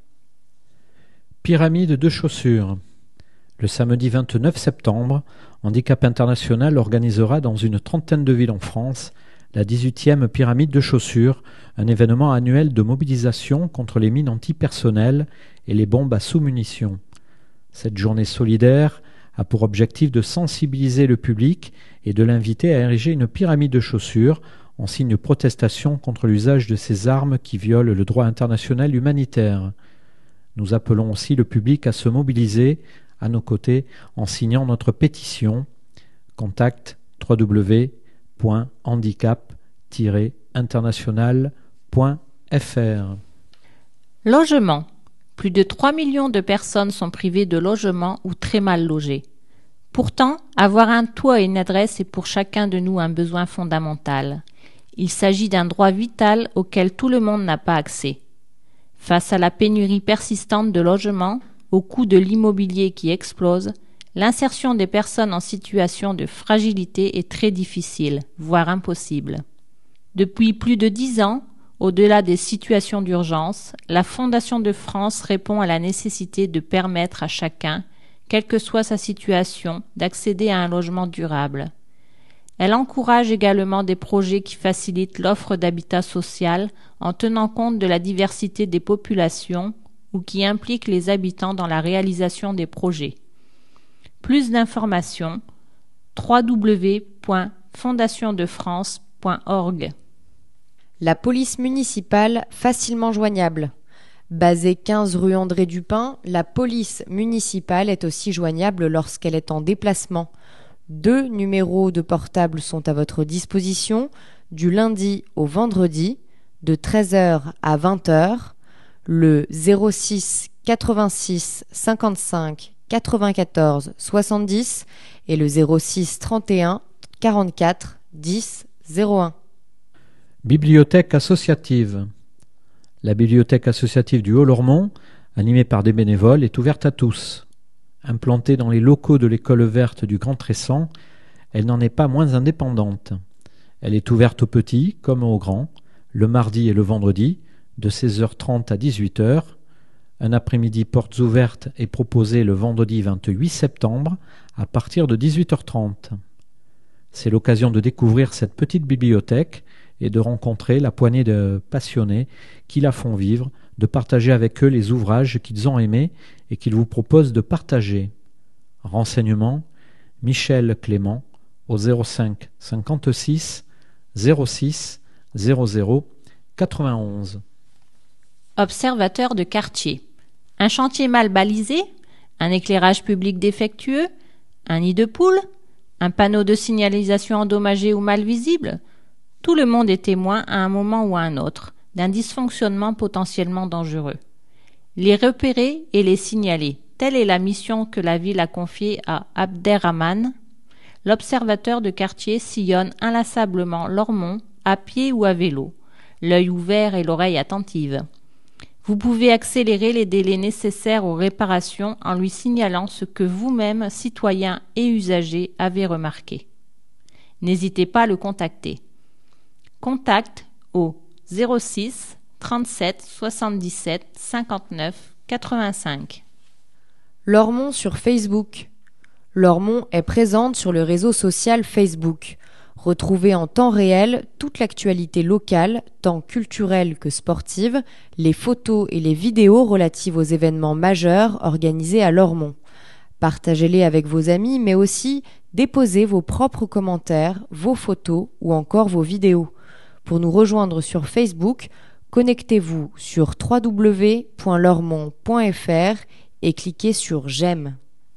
Pyramide de chaussures. Le samedi vingt-neuf septembre, Handicap International organisera dans une trentaine de villes en France la dix-huitième Pyramide de chaussures, un événement annuel de mobilisation contre les mines antipersonnelles et les bombes à sous-munitions. Cette journée solidaire a pour objectif de sensibiliser le public et de l'inviter à ériger une pyramide de chaussures en signe de protestation contre l'usage de ces armes qui violent le droit international humanitaire. Nous appelons aussi le public à se mobiliser à nos côtés en signant notre pétition. Contact w w w point handicap tiret international point f r. Logement. Plus de trois millions de personnes sont privées de logement ou très mal logées. Pourtant, avoir un toit et une adresse est pour chacun de nous un besoin fondamental. Il s'agit d'un droit vital auquel tout le monde n'a pas accès. Face à la pénurie persistante de logements, au coût de l'immobilier qui explose, l'insertion des personnes en situation de fragilité est très difficile, voire impossible. Depuis plus de dix ans, au-delà des situations d'urgence, la Fondation de France répond à la nécessité de permettre à chacun, quelle que soit sa situation, d'accéder à un logement durable. Elle encourage également des projets qui facilitent l'offre d'habitat social en tenant compte de la diversité des populations ou qui impliquent les habitants dans la réalisation des projets. Plus d'informations, w w w point fondation de france point org. La police municipale facilement joignable. Basée quinze rue André Dupin, la police municipale est aussi joignable lorsqu'elle est en déplacement. Deux numéros de portable sont à votre disposition du lundi au vendredi de treize heures à vingt heures, le zéro six quatre-vingt-six cinquante-cinq quatre-vingt-quatorze soixante-dix et le zéro six trente et un quarante-quatre dix zéro un. Bibliothèque associative. La bibliothèque associative du Haut-Lormont, animée par des bénévoles, est ouverte à tous. Implantée dans les locaux de l'école verte du Grand Tressan, elle n'en est pas moins indépendante. Elle est ouverte aux petits comme aux grands, le mardi et le vendredi, de seize heures trente à dix-huit heures. Un après-midi portes ouvertes est proposé le vendredi vingt-huit septembre à partir de dix-huit heures trente. C'est l'occasion de découvrir cette petite bibliothèque et de rencontrer la poignée de passionnés qui la font vivre, de partager avec eux les ouvrages qu'ils ont aimés et qu'ils vous proposent de partager. Renseignements, Michel Clément au zéro cinq cinquante-six zéro six zéro zéro quatre-vingt-onze. Observateur de quartier. Un chantier mal balisé, un éclairage public défectueux, un nid de poule, un panneau de signalisation endommagé ou mal visible. Tout le monde est témoin à un moment ou à un autre d'un dysfonctionnement potentiellement dangereux. Les repérer et les signaler, telle est la mission que la ville a confiée à Abderrahman. L'observateur de quartier sillonne inlassablement l'Ormont, à pied ou à vélo, l'œil ouvert et l'oreille attentive. Vous pouvez accélérer les délais nécessaires aux réparations en lui signalant ce que vous-même, citoyen et usager, avez remarqué. N'hésitez pas à le contacter. Contact au zéro six trente-sept soixante-dix-sept cinquante-neuf quatre-vingt-cinq. Lormont sur Facebook. Lormont est présente sur le réseau social Facebook. Retrouvez en temps réel toute l'actualité locale, tant culturelle que sportive, les photos et les vidéos relatives aux événements majeurs organisés à Lormont. Partagez-les avec vos amis, mais aussi déposez vos propres commentaires, vos photos ou encore vos vidéos. Pour nous rejoindre sur Facebook, connectez-vous sur w w w point lormont point f r et cliquez sur J'aime.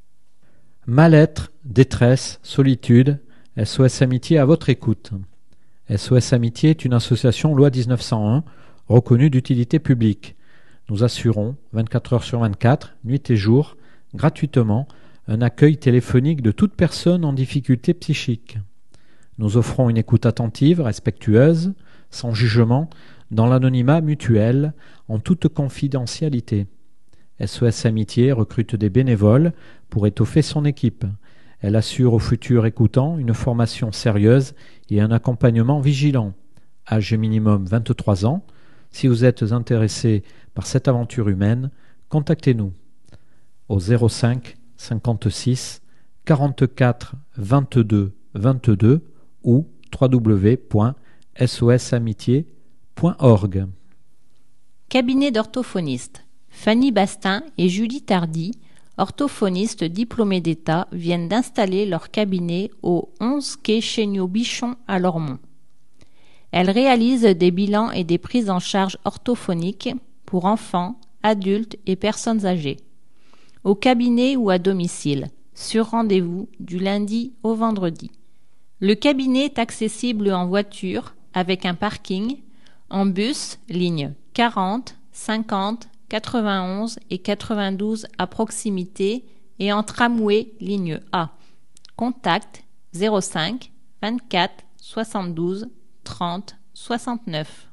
Mal-être, détresse, solitude, S O S Amitié à votre écoute. S O S Amitié est une association loi dix-neuf cent un reconnue d'utilité publique. Nous assurons, vingt-quatre heures sur vingt-quatre, nuit et jour, gratuitement, un accueil téléphonique de toute personne en difficulté psychique. Nous offrons une écoute attentive, respectueuse, sans jugement, dans l'anonymat mutuel, en toute confidentialité. S O S Amitié recrute des bénévoles pour étoffer son équipe. Elle assure aux futurs écoutants une formation sérieuse et un accompagnement vigilant. Âge minimum vingt-trois ans. Si vous êtes intéressé par cette aventure humaine, contactez-nous au zéro cinq cinquante-six quarante-quatre vingt-deux vingt-deux ou w w w point s o s amitié point org. Cabinet d'orthophonistes. Fanny Bastin et Julie Tardy, orthophonistes diplômés d'État, viennent d'installer leur cabinet au onze quai Chéniaud-Bichon à Lormont. Elles réalisent des bilans et des prises en charge orthophoniques pour enfants, adultes et personnes âgées. Au cabinet ou à domicile, sur rendez-vous du lundi au vendredi. Le cabinet est accessible en voiture avec un parking, en bus, lignes quarante, cinquante, quatre-vingt-onze et quatre-vingt-douze à proximité et en tramway, ligne A. Contact zéro cinq vingt-quatre soixante-douze trente soixante-neuf.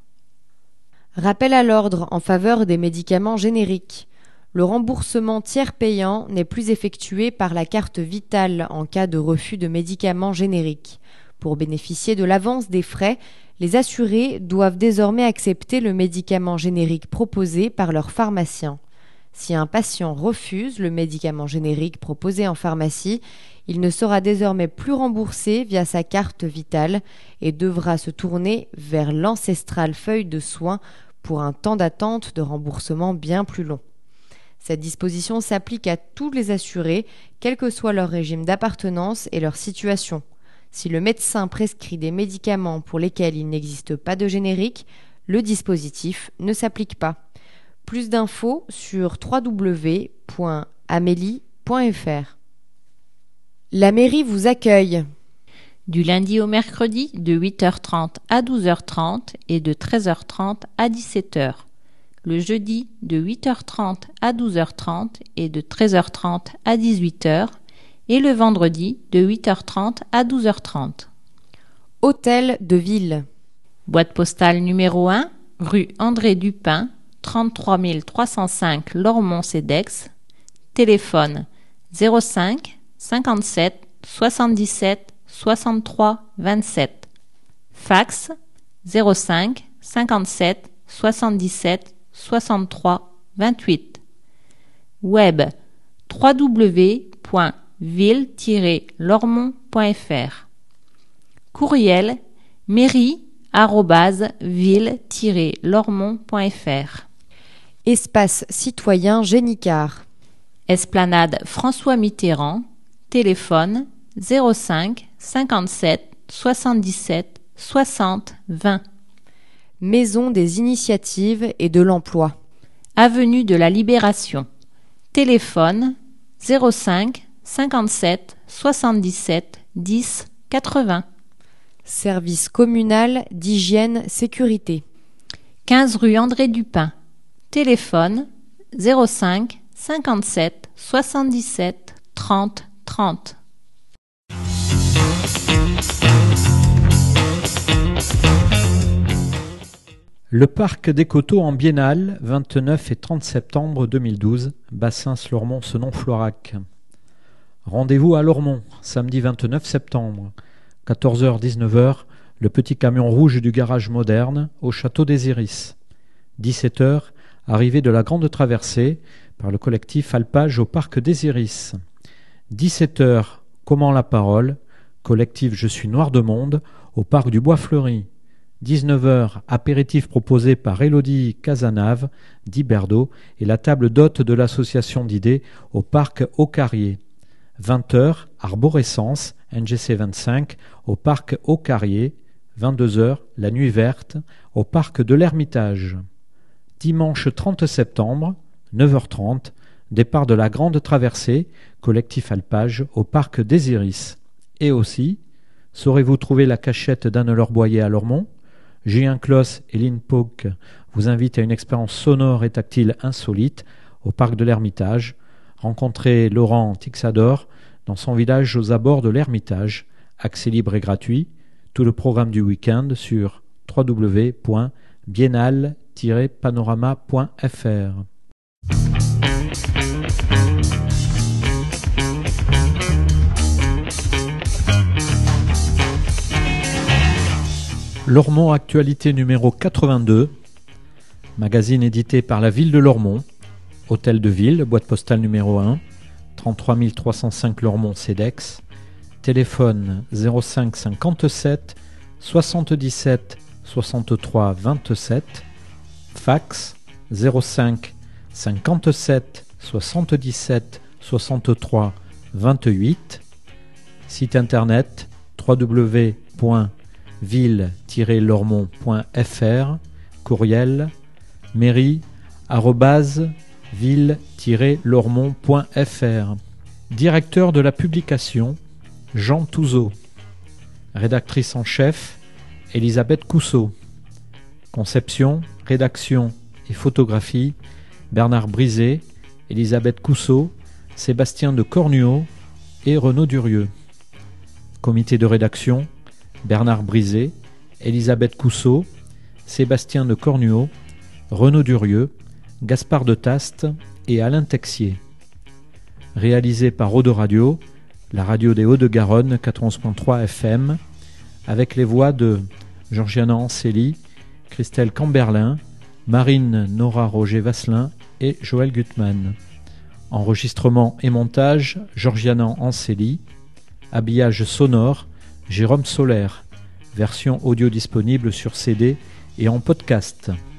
Rappel à l'ordre en faveur des médicaments génériques. Le remboursement tiers payant n'est plus effectué par la carte vitale en cas de refus de médicaments génériques. Pour bénéficier de l'avance des frais, les assurés doivent désormais accepter le médicament générique proposé par leur pharmacien. Si un patient refuse le médicament générique proposé en pharmacie, il ne sera désormais plus remboursé via sa carte vitale et devra se tourner vers l'ancestrale feuille de soins pour un temps d'attente de remboursement bien plus long. Cette disposition s'applique à tous les assurés, quel que soit leur régime d'appartenance et leur situation. Si le médecin prescrit des médicaments pour lesquels il n'existe pas de générique, le dispositif ne s'applique pas. Plus d'infos sur w w w point amélie point f r. La mairie vous accueille. Du lundi au mercredi, de huit heures trente à douze heures trente et de treize heures trente à dix-sept heures. Le jeudi, de huit heures trente à douze heures trente et de treize heures trente à dix-huit heures. Et le vendredi, de huit heures trente à douze heures trente. Hôtel de ville. Boîte postale numéro un, rue André Dupin, trente-trois mille trois cent cinq Lormont-Cedex. Téléphone zéro cinq cinquante-sept soixante-dix-sept soixante-trois vingt-sept. Fax zéro cinq cinquante-sept soixante-dix-sept soixante-trois vingt-huit. Web w w w point ville tiret lormont point f r. Courriel mairie arobase ville tiret lormont point f r. Espace citoyen Génicard. Esplanade François Mitterrand. Téléphone zéro cinq cinquante-sept soixante-dix-sept soixante vingt. Maison des initiatives et de l'emploi. Avenue de la Libération. Téléphone zéro cinq cinquante-sept soixante-dix-sept dix quatre-vingts. Service communal d'hygiène sécurité. quinze rue André Dupin. Téléphone zéro cinq cinquante-sept soixante-dix-sept trente trente. Le parc des Coteaux en biennale, vingt-neuf et trente septembre deux mille douze, Bassins-Lormont-Senon-Florac. Rendez-vous à Lormont, samedi vingt-neuf septembre, quatorze heures dix-neuf heures, le petit camion rouge du garage moderne au château des Iris. dix-sept heures, arrivée de la grande traversée par le collectif Alpage au parc des Iris. dix-sept heures, comment la parole, collectif Je suis noir de monde au parc du Bois Fleuri. dix-neuf heures, apéritif proposé par Élodie Casanave d'Iberdo et la table d'hôtes de l'association d'idées au parc Au Carrier. vingt heures, arborescence, N G C vingt-cinq, au parc Au Carrier. vingt-deux heures, la nuit verte, au parc de l'Ermitage. Dimanche trente septembre, neuf heures trente, départ de la grande traversée, collectif Alpage, au parc des Iris. Et aussi, saurez-vous trouver la cachette d'Anne-Laure Boyer à Lormont? Julien Clos et Lynn Pauque vous invitent à une expérience sonore et tactile insolite au parc de l'Ermitage. Rencontrez Laurent Tixador dans son village aux abords de l'Ermitage. Accès libre et gratuit. Tout le programme du week-end sur w w w point biennale tiret panorama point f r. Lormont Actualité numéro quatre-vingt-deux, magazine édité par la ville de Lormont, hôtel de ville, boîte postale numéro un, trente-trois mille trois cent cinq Lormont-Cedex, téléphone zéro cinq cinquante-sept soixante-dix-sept soixante-trois vingt-sept, fax zéro cinq cinquante-sept soixante-dix-sept soixante-trois vingt-huit, site internet w w w point ville tiret lormont point f r, courriel mairie arobase ville tiret lormont point f r. Directeur de la publication Jean Touzeau. Rédactrice en chef Elisabeth Cousseau. Conception, rédaction et photographie Bernard Brisé, Elisabeth Cousseau, Sébastien de Cornuau et Renaud Durieux. Comité de rédaction Bernard Brisé, Elisabeth Cousseau, Sébastien de Cornuau, Renaud Durieux, Gaspard de Taste et Alain Texier. Réalisé par Odo Radio, la radio des Hauts-de-Garonne quatre-vingt-onze virgule trois F M, avec les voix de Georgiana Anceli, Christelle Camberlin, Marine Nora Roger Vasselin et Joël Gutmann. Enregistrement et montage, Georgiana Anceli. Habillage sonore, Jérôme Solaire. Version audio disponible sur C D et en podcast.